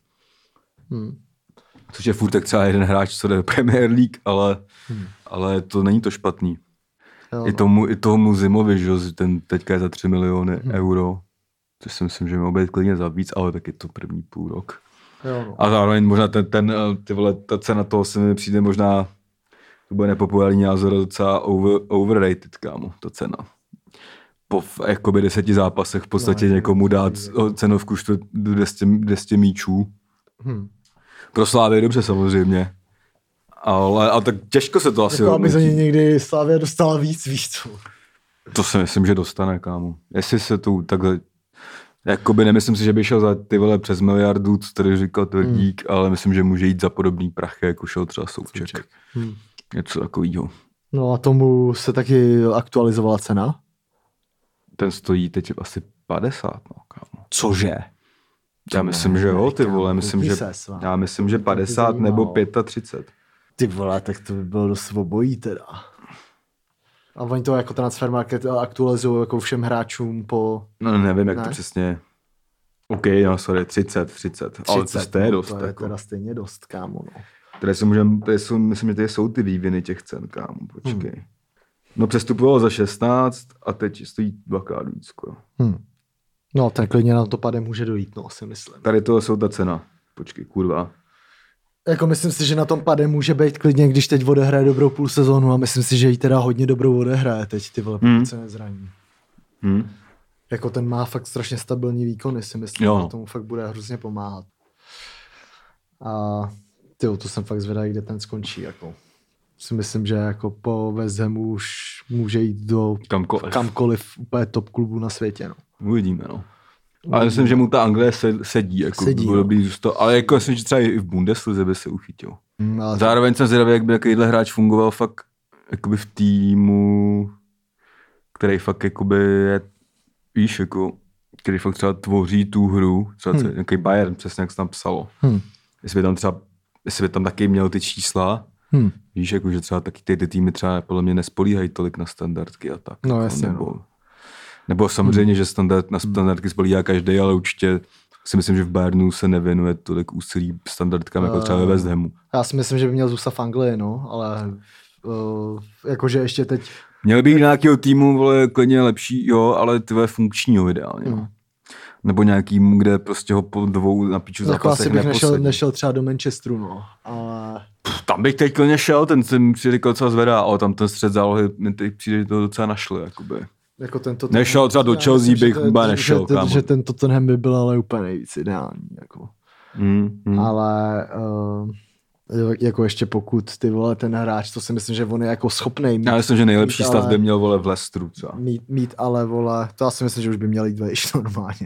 Což je furt tak třeba jeden hráč, co jde do Premier League, ale to není to špatný. Jo, I tomu Zimovi, že ten teďka je za 3 miliony euro. Což si myslím, že měl být klidně za víc, ale tak je to první půl rok. Jo, no. A zároveň možná ta cena toho se mi přijde možná, to bude nepopulární názor, docela overrated, kámo, ta cena. Po jakoby 10 zápasech v podstatě někomu dát cenovku 200 míčů. Pro Slávy je dobře samozřejmě. Ale tak těžko se to asi jako aby za ně někdy Slavia dostala víc, víš co. To si myslím, že dostane, kámo. Jestli se tu takhle... Jakoby nemyslím si, že by šel za ty vole přes miliardu, co tady říkal Tvrdík, ale myslím, že může jít za podobný prachy, jako šel třeba Souček. Něco takovýho. No a tomu se taky aktualizovala cena? Ten stojí teď asi 50, no, kámo. Cože? Já myslím, že jo, ty vole. Já myslím, že 50 nebo 35. Ty vole, tak to by bylo dost obojí teda. A oni to jako Transfermarkt aktualizují jako všem hráčům po... No nevím, jak to přesně je. OK, no sorry, 30. Ale to je dost. To je jako. teda stejně dost, kámo, no. Myslím, že tady jsou ty výviny těch cen, kámo, počkej. No přestupovalo za 16 a teď stojí dvakrát víc, skoro. No, tak klidně na to pade může dojít, no, si myslím. Tady to jsou ta cena. Počkej, kurva. Jako myslím si, že na tom pade může být klidně, když teď odehraje dobrou půl sezónu a myslím si, že jí teda hodně dobrou odehraje teď, ty vole, pokud se nezraní. Jako ten má fakt strašně stabilní výkony, si myslím, že tomu fakt bude hrozně pomáhat. A tyjo, to jsem fakt zvědavý, kde ten skončí, jako. Si myslím, že jako po West Hamu už může jít do kamkoliv úplně top klubu na světě, no. Uvidíme, no. Ale myslím, že mu ta Anglie sedí, jako by bylo dobrý zůstat. Ale jako myslím, že třeba i v Bundeslize by se uchytil. Zároveň jsem zvědavý, jak by takovýhle hráč fungoval fakt jakoby v týmu, který fakt jakoby je, víš, jako, který fakt třeba tvoří tu hru, třeba nějaký Bayern, přesně jak se tam psalo. Jestli by tam taky měl ty čísla, víš, jako, že třeba taky ty týmy třeba podle mě nespolíhají tolik na standardky a tak. No jako, jasně, nebo samozřejmě, že na standardky spolíhá každý, ale určitě si myslím, že v Bayernu se nevěnuje tolik úsilí standardkám jako třeba ve West Hamu. Já si myslím, že by měl zůstat v Anglii, no, ale jakože ještě teď... Měl by nějakého týmu, vole, klidně lepší, jo, ale tvé funkčního ideálně. Nebo nějakým, kde prostě ho po 2 na píču zápasech neposedí. Asi bych nešel třeba do Manchesteru, no, ale... Tam bych teď klidně šel, ten jsem přiříkal docela zvedá, ale tam ten střed zálohy mi teď přijde, to docela našli, jakoby. Jako nešel třeba do Chelsea, bych chyba nešel, kámo. Že ten Tottenham by byl ale úplně nejvíc ideální, jako. Ale jako ještě pokud ty vole ten hráč, to si myslím, že on je jako schopnej mít. Já myslím, že nejlepší stav by měl, vole, v Leicesteru třeba. Mít ale, vole, to já si myslím, že už by měl jít vejš normálně.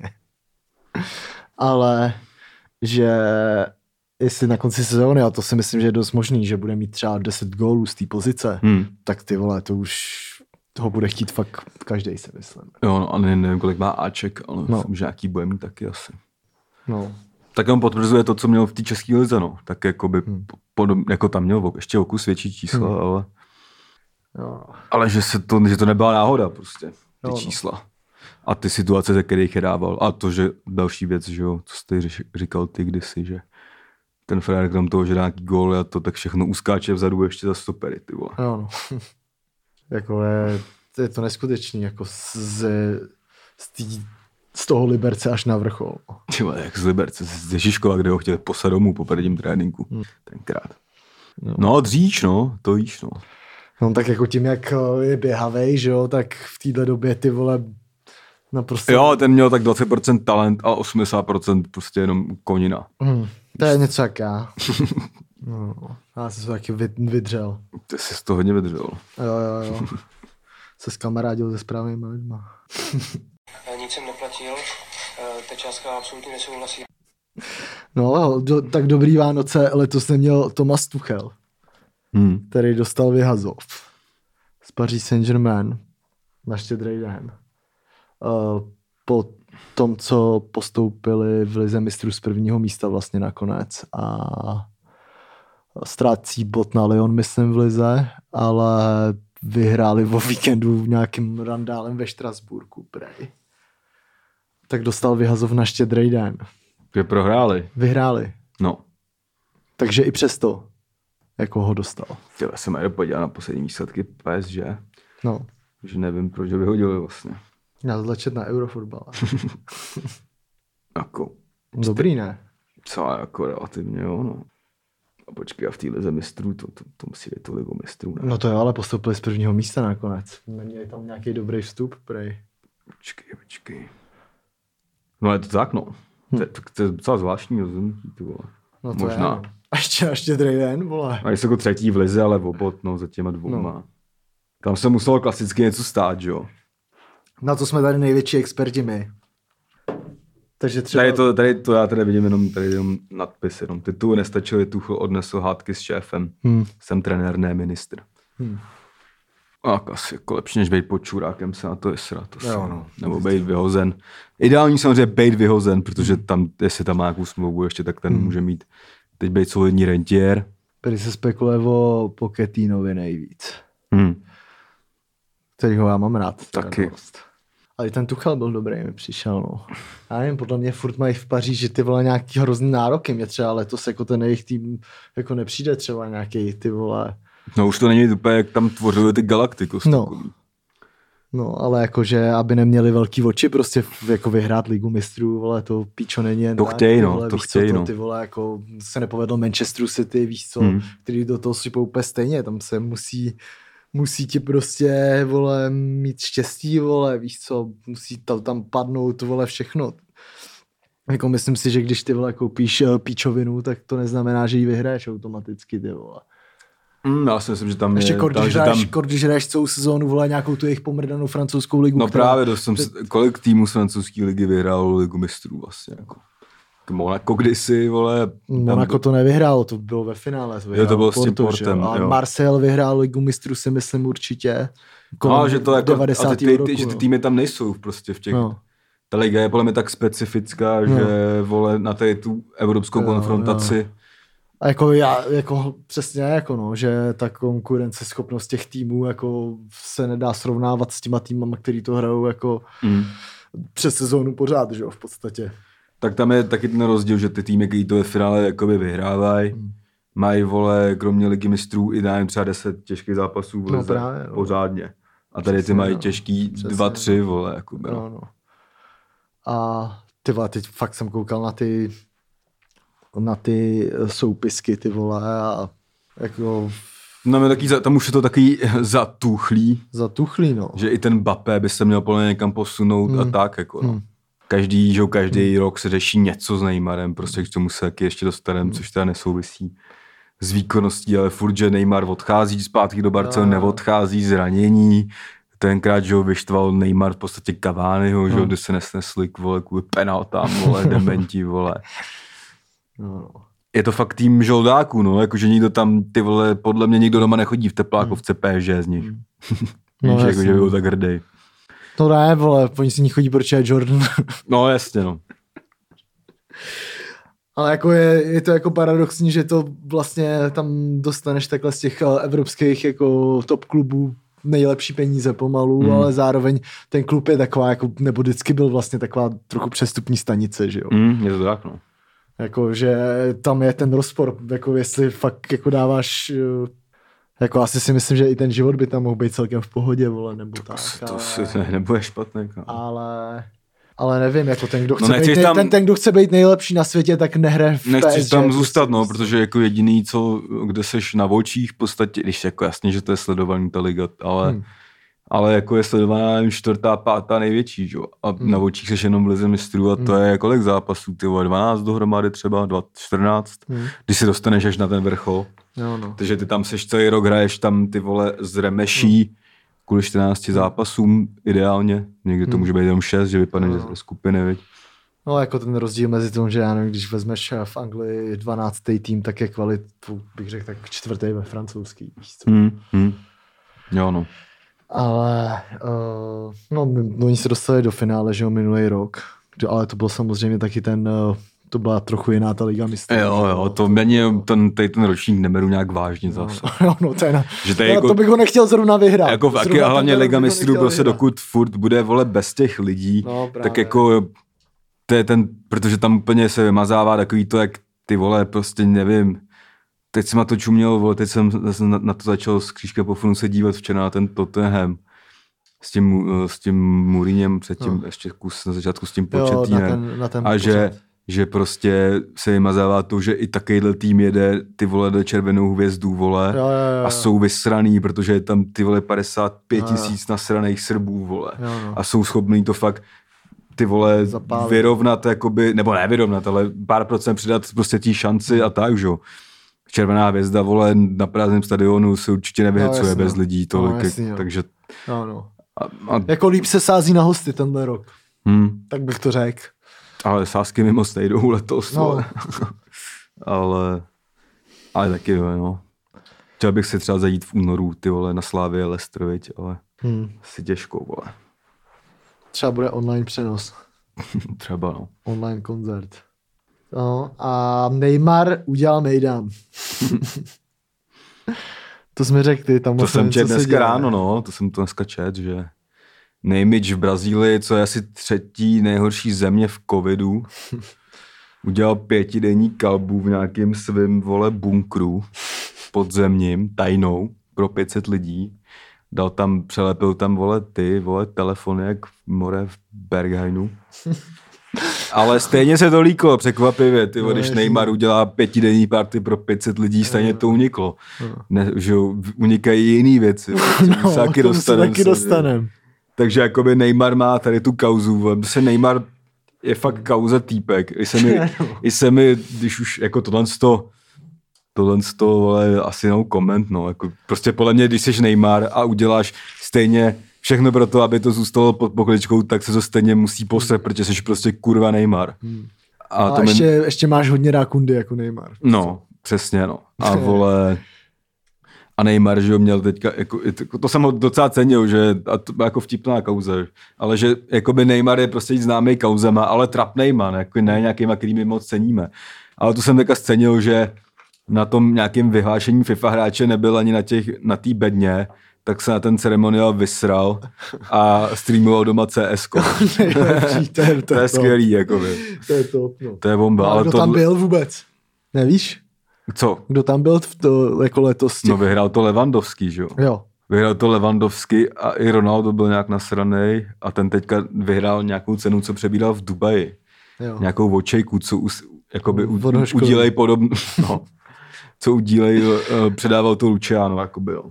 Ale že jestli na konci sezóny, a to si myslím, že je dost možný, že bude mít třeba 10 gólů z té pozice, tak ty vole, to už toho bude chtít fakt každej, si myslím. Jo, no, ale nevím, kolik má Aček, ale myslím, že nějaký bude mít taky asi. No. Tak on potvrzuje to, co měl v té české lize, no. Tak jakoby, jako tam měl ještě o kus větší čísla, ale že to nebyla náhoda prostě, ty čísla. A ty situace, ze kterých je dával. A to, že další věc, že jo, co jsi říkal ty kdysi, že ten frajer krom toho, že dá nějaký gól a to tak všechno uskáče vzadu ještě za stopery, ty vole. Jo, no. Jako je to neskutečný, jako z toho Liberce až na vrchol. Tyhle, jak z Liberce, ze Žižkova, kde ho chtěli poslat domů po prvním tréninku. Tenkrát. No dříč, no, to víš, no. No tak jako tím, jak je běhavej, že jo, tak v téhle době ty vole naprosto... Jo, ten měl tak 20% talent a 80% prostě jenom konina. To je něco jak já. No, já jsem se taky vydřel. Ty jsi to hodně vydřel. Jo. Se skamarádil se správnýma lidma. Nic jsem neplatil, ta částka absolutně nesouhlasí. No, tak dobrý Vánoce letos neměl Thomas Tuchel, který dostal vyhazov z Paris Saint-Germain na Štědrý den. Po tom, co postoupili v lize mistrů z prvního místa vlastně nakonec a ztrácí bod na Lyon, myslím, v lize, ale vyhráli o víkendu nějakým randálem ve Štrasburku, prej. Tak dostal vyhazov na Štědrý den. Že prohráli. Vyhráli. No. Takže i přesto, jako ho dostal. Já jsem aj podíval na poslední výsledky PSG, No. že nevím, proč ho vyhodili vlastně. Já zlečet na Eurofotbal. Jako, Dobrý, ne? co jako relativně, jo, no. A počkej, a v té lize mistrů, to musí být to ligu mistrů, ne? No to jo, ale postoupili z prvního místa nakonec. Neměli tam nějaký dobrý vstup, prej. Počkej. No je to tak, no. To je docela zvláštní rozhodnutí, ty vole. No to Možná. je. A ještě druhý den, vole. A jsou jako třetí v lize, ale v obod, no, za těma dvouma. No. Tam se muselo klasicky něco stát, že jo? Na to jsme tady největší experti my. Takže třeba... Tady to já tady vidím jenom nadpis, jenom titul nestačil, Tuchel odnesl hádky s šéfem. Jsem trenér, ne ministr. A asi jako lepší, než být pod čurákem, se na to je srat. Jo, no. Nebo být vyhozen. Ideální samozřejmě být vyhozen, protože tam, jestli tam má nějakou smlouvu ještě, tak ten může mít teď být solidní rentier. Tady se spekuluje o Pochettinovi nejvíc. Kterýho já mám rád. Taky. Dost. Ale i ten Tuchel byl dobrý, mi přišel, no. Já nevím, podle mě furt mají v Paříži ty vole nějaký hrozný nároky. Mě třeba letos jako ten jejich tým jako nepřijde třeba nějaký ty vole. No už to není úplně, jak tam tvořili ty Galacticos. No, ale jakože, aby neměli velký oči, prostě jako vyhrát ligu mistrů, vole, to píčo není jen to tak. Chtějí, no, vole, to víš chtějí, co, no. Ty vole, jako se nepovedlo Manchesteru City, víš co, který do toho sypou úplně stejně, tam se musí ti prostě, vole, mít štěstí, vole, víš co, musí tam padnout, vole, všechno. Jako myslím si, že když ty, vole, koupíš píčovinu, tak to neznamená, že ji vyhraješ automaticky, ty, vole. Já si myslím, že tam ještě je... když hraješ celou sezónu, vole, nějakou tu jejich pomrdanou francouzskou ligu. No právě, kolik týmů z francouzské ligy vyhrál ligu mistrů vlastně, jako. Monaco kdysi, vole. Monaco to nevyhrálo, to bylo ve finále. To bylo s tím Portem. A Marseille vyhrál ligu mistrů, si myslím určitě. No, že to jako, 90. roku, že ty týmy tam nejsou prostě v těch... No. Ta liga je podle mě tak specifická, že vole na tady tu evropskou konfrontaci. A jako přesně jako no, že ta konkurenceschopnost těch týmů jako se nedá srovnávat s těma týmama, který to hrajou jako přes sezónu pořád, že jo, v podstatě. Tak tam je taky ten rozdíl, že ty týmy, který to ve finále jakoby vyhrávají, mají, vole, kromě ligy mistrů i dájem třeba 10 těžkých zápasů v lize pořádně. A tady ty mají těžký 2-3, vole, jakoby. No. A ty vole, teď fakt jsem koukal na ty soupisky, ty vole, a jako... No, tam už je to takový zatuchlý. Zatuchlý, no. Že i ten Mbappé by se měl podle mě někam posunout a tak, jako no. Každý rok se řeší něco s Neymarem, prostě k tomu se taky ještě dostaneme, což teda nesouvisí s výkonností, ale furt, že Neymar odchází zpátky do Barcelony, neodchází zranění. Tenkrát, že ho vyštval Neymar v podstatě Cavaniho, že kde se nesnesli kvůli penaltám, vole, dementi, vole. No. Je to fakt tým žoldáků, no, jakože nikdo tam, ty vole, podle mě nikdo doma nechodí v teplákovce PSG z nich. No, víš, jakože byl tak hrdý. To ne, vole, oni si ní chodí, proč je Jordan. No, jasně, no. Ale jako je to jako paradoxní, že to vlastně tam dostaneš takhle z těch evropských jako top klubů nejlepší peníze pomalu, ale zároveň ten klub je taková, jako, nebo vždycky byl vlastně taková trochu přestupní stanice, že jo. Je to tak, no. Jako, že tam je ten rozpor, jako jestli fakt jako dáváš, jako asi si myslím, že i ten život by tam mohl být celkem v pohodě, vole, nebo tak. To si nebude špatné, kámo. Ale nevím, jako ten, kdo chce být, ten, kdo chce být nejlepší na světě, tak nehraje v PSG. Nechci tam zůstat, no, protože jako jediný, kde seš na očích v podstatě, když jako jasně, že to je sledovaný ta liga, ale jako je sledovaná 4., 5. největší, jo. A na očích seš jenom v lize mistrů a to je kolik zápasů, ty vole, 12 dohromady třeba, 14, když si dostaneš až na ten vrchol. No. Takže ty tam seš celý rok, hraješ tam ty vole z remeší, kvůli 14 zápasům ideálně. Někdy to může být jenom 6, že vypadne ze skupiny, viď? No jako ten rozdíl mezi tím, že já nevím, když vezmeš v Anglii 12. tým, tak je kvalitu, bych řekl, tak 4. ve francouzský. Jo, no. Ale no, oni se dostali do finále, že jo, minulý rok. Ale to byl samozřejmě taky to byla trochu jiná ta liga mistrů. Jo, to mě ten ročník neberu nějak vážně zase. No, to je že to, je jako, to bych ho nechtěl zrovna vyhrát. Jako hlavně liga mistrů prostě dokud furt bude vole bez těch lidí, tak jako to je protože tam úplně se vymazává takový to, jak ty vole prostě nevím, teď jsem na to čuměl, vole, teď jsem na to začal z křížka po funu se dívat včera na ten Tottenham s tím Mourinhem předtím ještě kus na začátku s tím Pochettínem a že prostě se vymazává to, že i takovýhle tým jede ty vole do červenou hvězdu, vole, a jsou vysraný, protože je tam ty vole 55 000 nasraných Srbů, vole, a jsou schopný to fakt ty vole vyrovnat, jakoby, nebo ne vyrovnat, ale pár procent přidat prostě tí šanci a tak, že jo. Červená hvězda, vole, na prázdném stadionu se určitě nevyhecuje bez lidí tolik, takže... Jako líp se sází na hosty tenhle rok, tak bych to řekl. Ale sázky mi moc nejdou letos, ale taky jo, no. Chtěl bych si třeba zajít v únoru, ty vole, na Slávě Leicester, viď, ale asi těžko, vole. Třeba bude online přenos. Třeba, no. Online koncert. No, a Neymar udělal Mejdan. To jsme řekli, tam to jsem čet dneska ráno, no, to jsem to dneska čet, že Nejmič v Brazílii, co je asi 3. nejhorší země v covidu, udělal 5denní kalbu v nějakém svém, vole, bunkru podzemním, tajnou, pro 500 lidí. Přelepil tam, vole, telefony jak more v Berghainu. Ale stejně se to líklo, překvapivě, ty když Neymar udělá 5denní party pro 500 lidí, stejně to uniklo. Ne, že unikají jiný věci. Taky dostanem. Takže jakoby Neymar má tady tu kauzu. Neymar je fakt kauza týpek. I se mi, když už jako tohle vole, asi no comment, no. Jako, prostě podle mě, když jsi Neymar a uděláš stejně všechno pro to, aby to zůstalo pod pokličkou, tak se to stejně musí posrat, protože jsi prostě kurva Neymar. A ještě máš hodně rákundy jako Neymar. No, přesně, no. A vole... A Neymar, že ho měl teďka, jako, to jsem ho docela cenil, že, a to byla jako vtipná kauza, ale že jakoby Neymar je prostě známý kauzama, ale trapnejma, jako ne nějakýma, kterými moc ceníme. Ale to jsem teďka cenil, že na tom nějakým vyhlášení FIFA hráče nebyl ani na té bedně, tak se na ten ceremoniál vysral a streamoval doma CSko. To je skvělý, jakoby. To je top, no. To je bomba. Ale kdo tam byl vůbec? Nevíš? Co? Kdo tam byl jako letos? No vyhrál to Lewandowski, že jo? Jo. Vyhrál to Lewandowski a i Ronaldo byl nějak nasranej a ten teďka vyhrál nějakou cenu, co přebíral v Dubaji. Jo. Nějakou vočejku, co jakoby udílej podobnou, no, co udílej, předával to Luciano, jakoby, jo.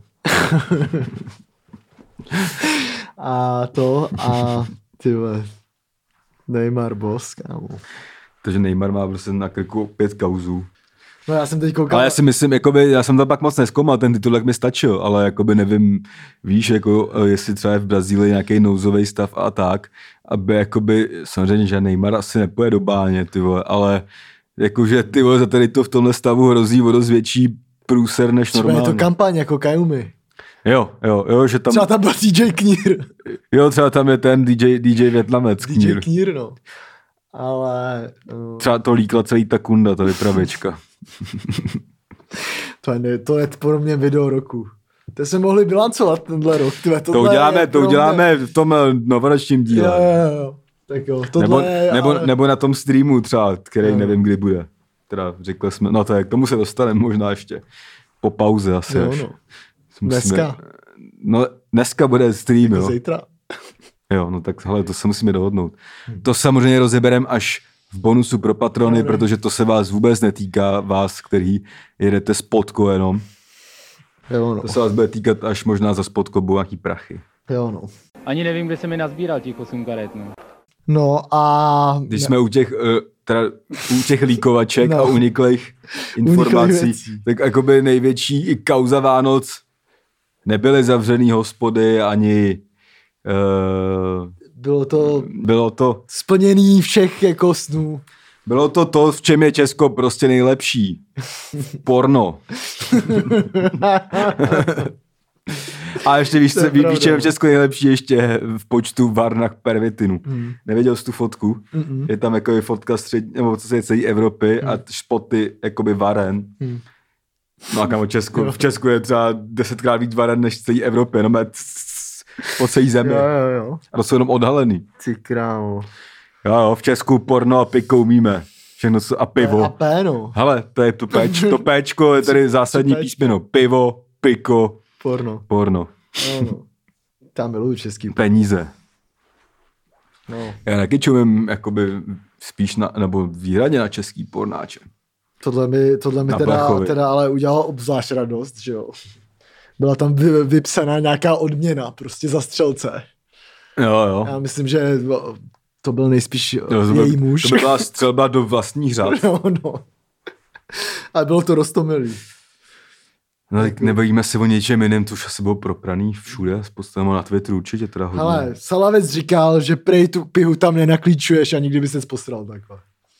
a tyhle, Neymar boss, kámo. Takže Neymar má prostě na krku 5 kauzů. No já jsem teď koukal. Ale já si myslím, jakoby, já jsem tam pak moc nezkoumal, ten titulek mi stačil, ale jakoby nevím, víš, jako, jestli třeba je v Brazílii nějaký nouzový stav a tak, aby jakoby, samozřejmě, že Neymar asi nepůjde do báně, ty vole, ale jakože ty vole, za tady to v tomhle stavu hrozí o dost větší průser než normálně. Třeba je to kampaň jako Kajumi. Jo, že tam... Třeba tam byl DJ Knír. Jo, třeba tam je ten DJ Větnamec Knír. DJ Knír, no. Ale... Třeba to líkla celý ta kunda, ta vypravěčka. To je pro mě video roku. To jsme mohli bilancovat tenhle rok. To uděláme v tom novoročním díle. Jo. Tak jo, nebo na tom streamu třeba, který nevím, kdy bude. Teda řekli jsme, no tak k tomu se dostaneme možná ještě. Po pauze asi. Jo, no. Dneska. No, dneska bude stream, jako jo. Zítra. Jo, no tak hele, to se musíme dohodnout. To samozřejmě rozebereme až v bonusu pro patrony, protože to se vás vůbec netýká, vás, který jedete spotko jenom. Jo, no. To se vás bude týkat až možná za spotko budou nějaký prachy. Jo, no. Ani nevím, kde se mi nazbíral těch 8 karet, no. No a... Když jsme u těch líkovaček a uniklých informací, tak jakoby největší kauza Vánoc nebyly zavřený hospody, ani... Bylo to splnění všech jako snů. Bylo to, v čem je Česko prostě nejlepší. Porno. A ještě víš, co je v Česku nejlepší ještě v počtu varnách pervitinu. Nevěděl jsi tu fotku? Je tam jako fotka nebo co se je celé Evropy a špoty jakoby varen. No a kámo, v Česku je třeba 10krát víc varen než v celé Evropě, jenom po celé zemi. Jo. A to jsou jenom odhalený. Ty krámo. Jo, v Česku porno a piko umíme. Všechno a pivo. A péno. Hele, to péčko je tady zásadní písmeno. Pivo, piko, porno. No. Tam miluju český. Peníze. No. Já taky čumím jakoby spíš nebo výhradně na český pornáče. Tohle mi teda ale udělalo obzvlášť radost, že jo. Byla tam vypsaná nějaká odměna prostě za střelce. Jo. Já myslím, že to byl nejspíš její muž. To by byla střelba do vlastních řad. No. Ale bylo to roztomilý. No tak nebavíme se o něčem jiném, to už asi bylo propraný všude, postavíme na Twitteru určitě teda hodně. Hele, Salavec říkal, že prej tu pihu tam nenaklíčuješ a nikdy by ses posral takhle.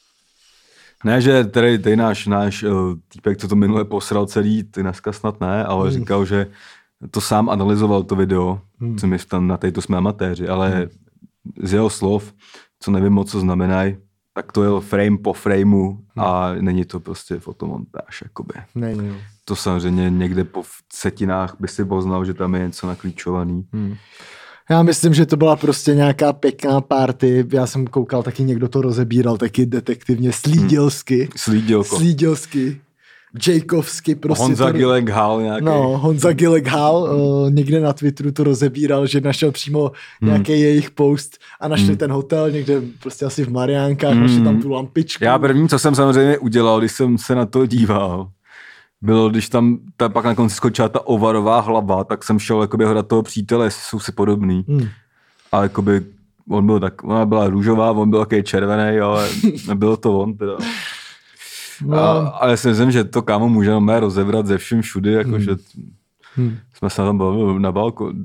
Ne, že tady náš týpek, co to minule posral celý, ty dneska snad ne, ale říkal, že to sám analyzoval to video, co my tam na této jsme amatéři, ale z jeho slov, co nevím moc, co znamenají, tak to je frame po frameu a není to prostě fotomontáž, jakoby. Není. To samozřejmě někde po setinách by si poznal, že tam je něco naklíčovaný. Já myslím, že to byla prostě nějaká pěkná party. Já jsem koukal, taky někdo to rozebíral, taky detektivně slídělsky. Slídělsky. Jacobsky. Prostě Honza Gilek-Hall nějaký. No, Honza Gilek-Hall někde na Twitteru to rozebíral, že našel přímo nějaký jejich post a našli ten hotel někde prostě asi v Mariánkách, našli tam tu lampičku. Já první, co jsem samozřejmě udělal, když jsem se na to díval, bylo, když tam pak na konci skočila ta ovarová hlava, tak jsem šel jakoby hledat toho přítele, jestli jsou si podobný. A jakoby ona byla růžová, on byl takový červený, ale nebylo to on teda. No. Ale já si myslím, že to kámo můžeme rozebrat ze všem všudy, jakože jsme se tam bavili na balkoně.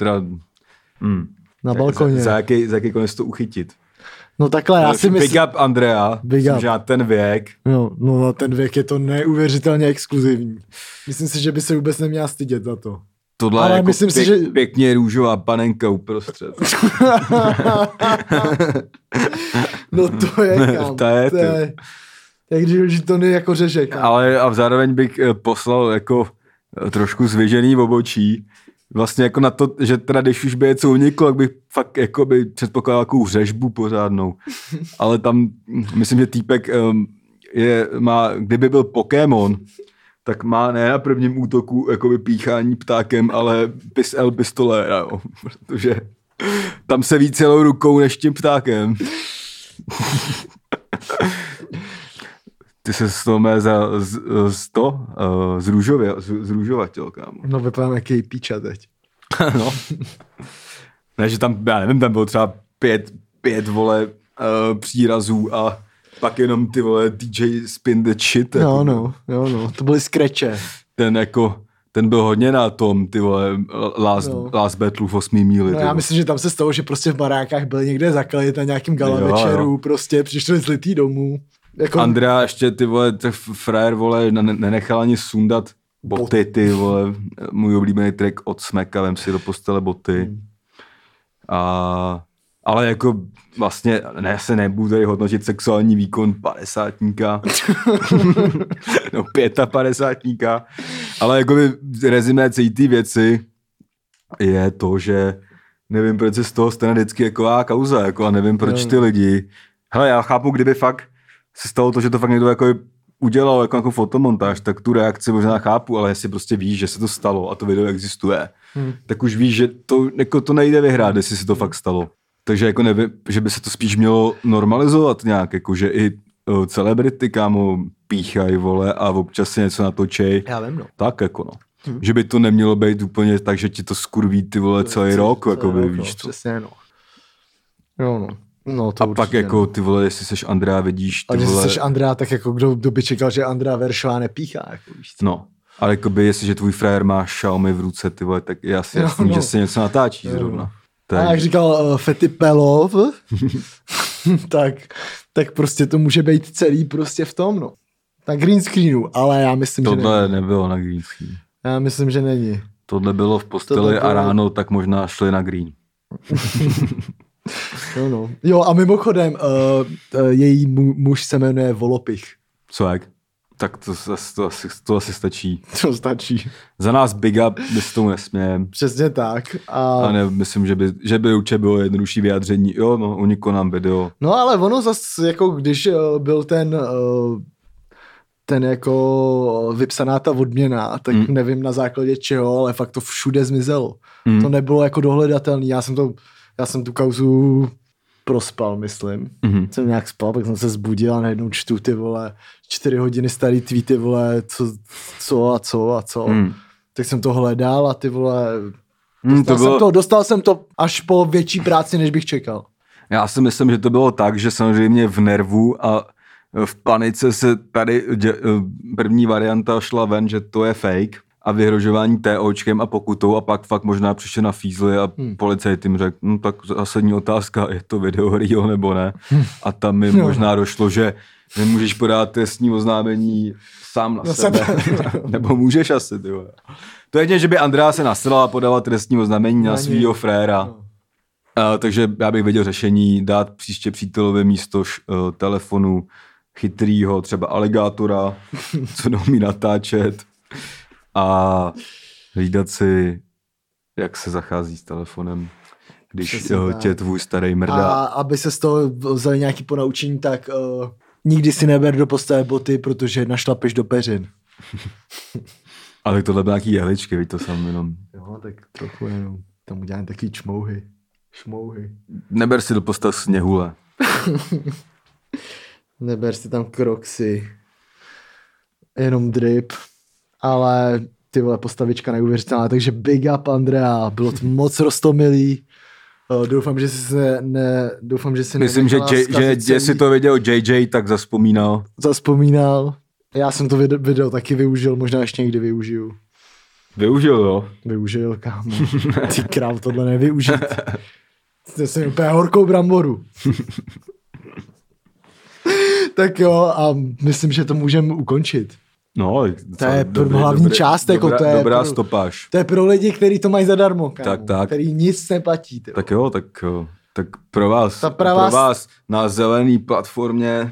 Na balkoně. Za jaký konec to uchytit. No takhle, já si myslím... Big up Andrea, myslím, že na ten věk. No, na ten věk je to neuvěřitelně exkluzivní. Myslím si, že by se vůbec neměla stydět za to. Tohle ale je jako pěkně růžová panenka uprostřed. No to je kam. To je. Jak když to nej jako řežek. Ale a zároveň bych poslal jako trošku zvěžený obočí. Vlastně jako na to, že teda když už by něco uniklo, tak bych fakt jako by předpokládal takovou řežbu pořádnou. Ale tam, myslím, že týpek má, kdyby byl Pokémon, tak má ne na prvním útoku jakoby píchání ptákem, ale pistole, jo. Protože tam se ví celou rukou než tím ptákem. Ty se z toho mé zrůžovatěl, kámo. No vypadám jaký píča teď. No. Ne, že tam, já nevím, tam bylo třeba pět vole přírazů a pak jenom ty vole DJ spin the shit. Jo, no, to byly skreče. Ten byl hodně na tom, ty vole, Last Battle v 8 míli. No já myslím, že tam se stalo, že prostě v barákách byli někde zaklit na nějakým gala večeru, prostě přišli zlitý domů. Jako... Andrea ještě ty vole, frajer vole, nenechal ani sundat boty, ty vole, můj oblíbený track od Smeka, vem si do postele boty. Ale jako vlastně se nebudu tady hodnotit sexuální výkon 50-tníka, no 55-tníka, ale jako rezimé celý ty věci je to, že nevím, proč se z toho stane vždycky jaková kauza, jako a nevím, proč ty lidi. Hele, já chápu, kdyby fakt se stalo to, že to fakt někdo jako udělal jako fotomontáž, tak tu reakci možná chápu, ale jestli prostě víš, že se to stalo a to video existuje, tak už víš, že to nejde vyhrát, jestli se to fakt stalo. Takže jako nevím, že by se to spíš mělo normalizovat nějak, jako že i celebrity, kámo, píchají, vole, a občas si něco natočej. Já vím, no. Tak jako no. Že by to nemělo být úplně tak, že ti to skurví ty vole celý rok, jako by víš to. Přesně, no. Jo, no. No, to a pak jako ty vole, jestli seš Andrea, vidíš ty vole. Jestli seš Andrea, tak jako kdo by čekal, že Andrea Veršová nepíchá, jako víš. No, ale jakoby jestliže tvůj frajer má Xiaomi v ruce, ty vole, tak je asi jasný, že se něco natáčí zrovna. Tak. A jak říkal Fety Pelov, tak prostě to může být celý prostě v tom, no. Na green screenu, ale já myslím, že tohle nebylo na green screenu. Já myslím, že není. Tohle bylo v posteli a ráno tak možná šli na green. No. Jo, a mimochodem, její muž se jmenuje Volopich. Swag. Tak to asi stačí. To stačí. Za nás big up, my s tomu nesmějem. Přesně tak. A ne, myslím, že by určitě bylo jednodušší vyjádření. Jo, no, uniklo nám video. No ale ono zase, jako když byl ten jako vypsaná ta odměna, tak nevím na základě čeho, ale fakt to všude zmizelo. To nebylo jako dohledatelný. Já jsem tu kauzu prospal, myslím. Jsem nějak spal, pak jsem se zbudil a najednou čtu ty vole 4 hodiny starý tweety, vole, co. Tak jsem to hledal a ty vole, dostal jsem to až po větší práci, než bych čekal. Já si myslím, že to bylo tak, že samozřejmě v nervu a v panice se tady první varianta šla ven, že to je fake a vyhrožování TOčkem a pokutou a pak fakt možná přišel na fízli a policajt jim řekl, no tak zásadní otázka, je to video real nebo ne? A tam mi možná došlo, že nemůžeš podat trestní oznámení sám na sebe. Nebo můžeš asi, ty vole. To je jedině, že by Andrea se nasrala a podala trestní oznámení na svýho fréra. Takže já bych věděl řešení, dát příště přítelovi místo telefonu chytrýho, třeba aligátora, co neumí natáčet a hlídat si, jak se zachází s telefonem, když tě tvůj starý mrdá. A aby se z toho vzali nějaký ponaučení, tak nikdy si neber do postele boty, protože našlapeš do peřin. Ale tohle byl nějaký jehličky, víš to sám jenom. Jo, tak trochu jenom. Tam uděláme takový šmouhy. Neber si do postele sněhule. Neber si tam Crocsy. Jenom drip. Ale ty vole, postavička neuvěřitelná. Takže big up, Andrea. Bylo to moc roztomilý. Doufám, že si myslím, že jestli to viděl JJ, tak zaspomínal. Já jsem to video taky využil, možná ještě někdy využiju. Využil, jo? Využil, kámo. Ty kráv, tohle nevyužít. To jsem úplně horkou bramboru. Tak jo, a myslím, že to můžeme ukončit. No, to je hlavní část, jako to je dobrá stopáž. To je pro lidi, kteří to mají zadarmo, kámo, tak. který nic neplatí. Tak jo, tak pro vás na zelený platformě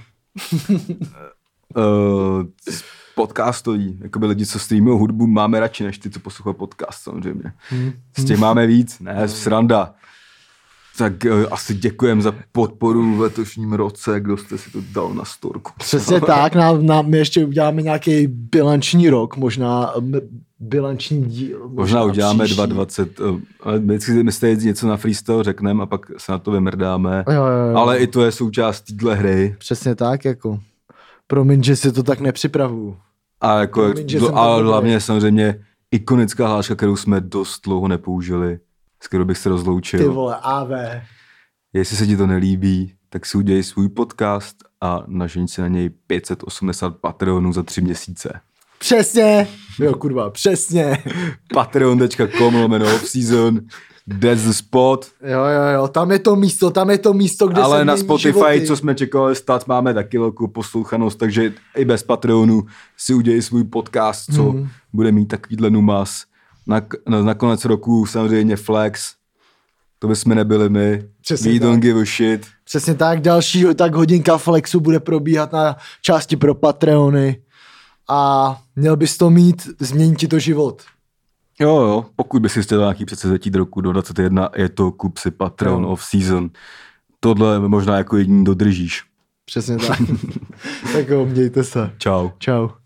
podcastový, jakoby lidi, co streamují hudbu, máme radši, než ty, co poslouchají podcast, samozřejmě. Z těch máme víc, ne, sranda. Tak asi děkujem za podporu v letošním roce, kdo jste si to dal na storku. Přesně tak, my ještě uděláme nějaký bilanční rok, možná bilanční díl. Možná uděláme 2020, ale my jste něco na freestyle řekneme a pak se na to vymrdáme. Jo. Ale i to je součást téhle hry. Přesně tak, jako. Promiň, že si to tak nepřipravuju. A jako, ale hlavně samozřejmě ikonická hláška, kterou jsme dost dlouho nepoužili, s kterou bych se rozloučil. Ty vole, AV. Jestli se ti to nelíbí, tak si udělej svůj podcast a nažeň si na něj 580 Patreonů za 3 měsíce. Přesně. Jo, kurva, přesně. Patreon.com/offseason. That's the spot. Jo, tam je to místo, kde ale se na Spotify, životy. Co jsme čekali stát, máme taky velkou poslouchanost, takže i bez Patreonu si udělej svůj podcast, co bude mít takovýhle numas. Na konec roku samozřejmě Flex, to bychom nebyli my. Přesně We tak. don't give a shit. Přesně tak, další tak hodinka Flexu bude probíhat na části pro Patreony a měl bys to mít, změní ti to život. Jo, pokud by si chtěl nějaký předsevzetí do roku do 21, je to kup si Patreon off season. Tohle možná jako jediný dodržíš. Přesně tak. Tak jo, mějte se. Čau. Čau.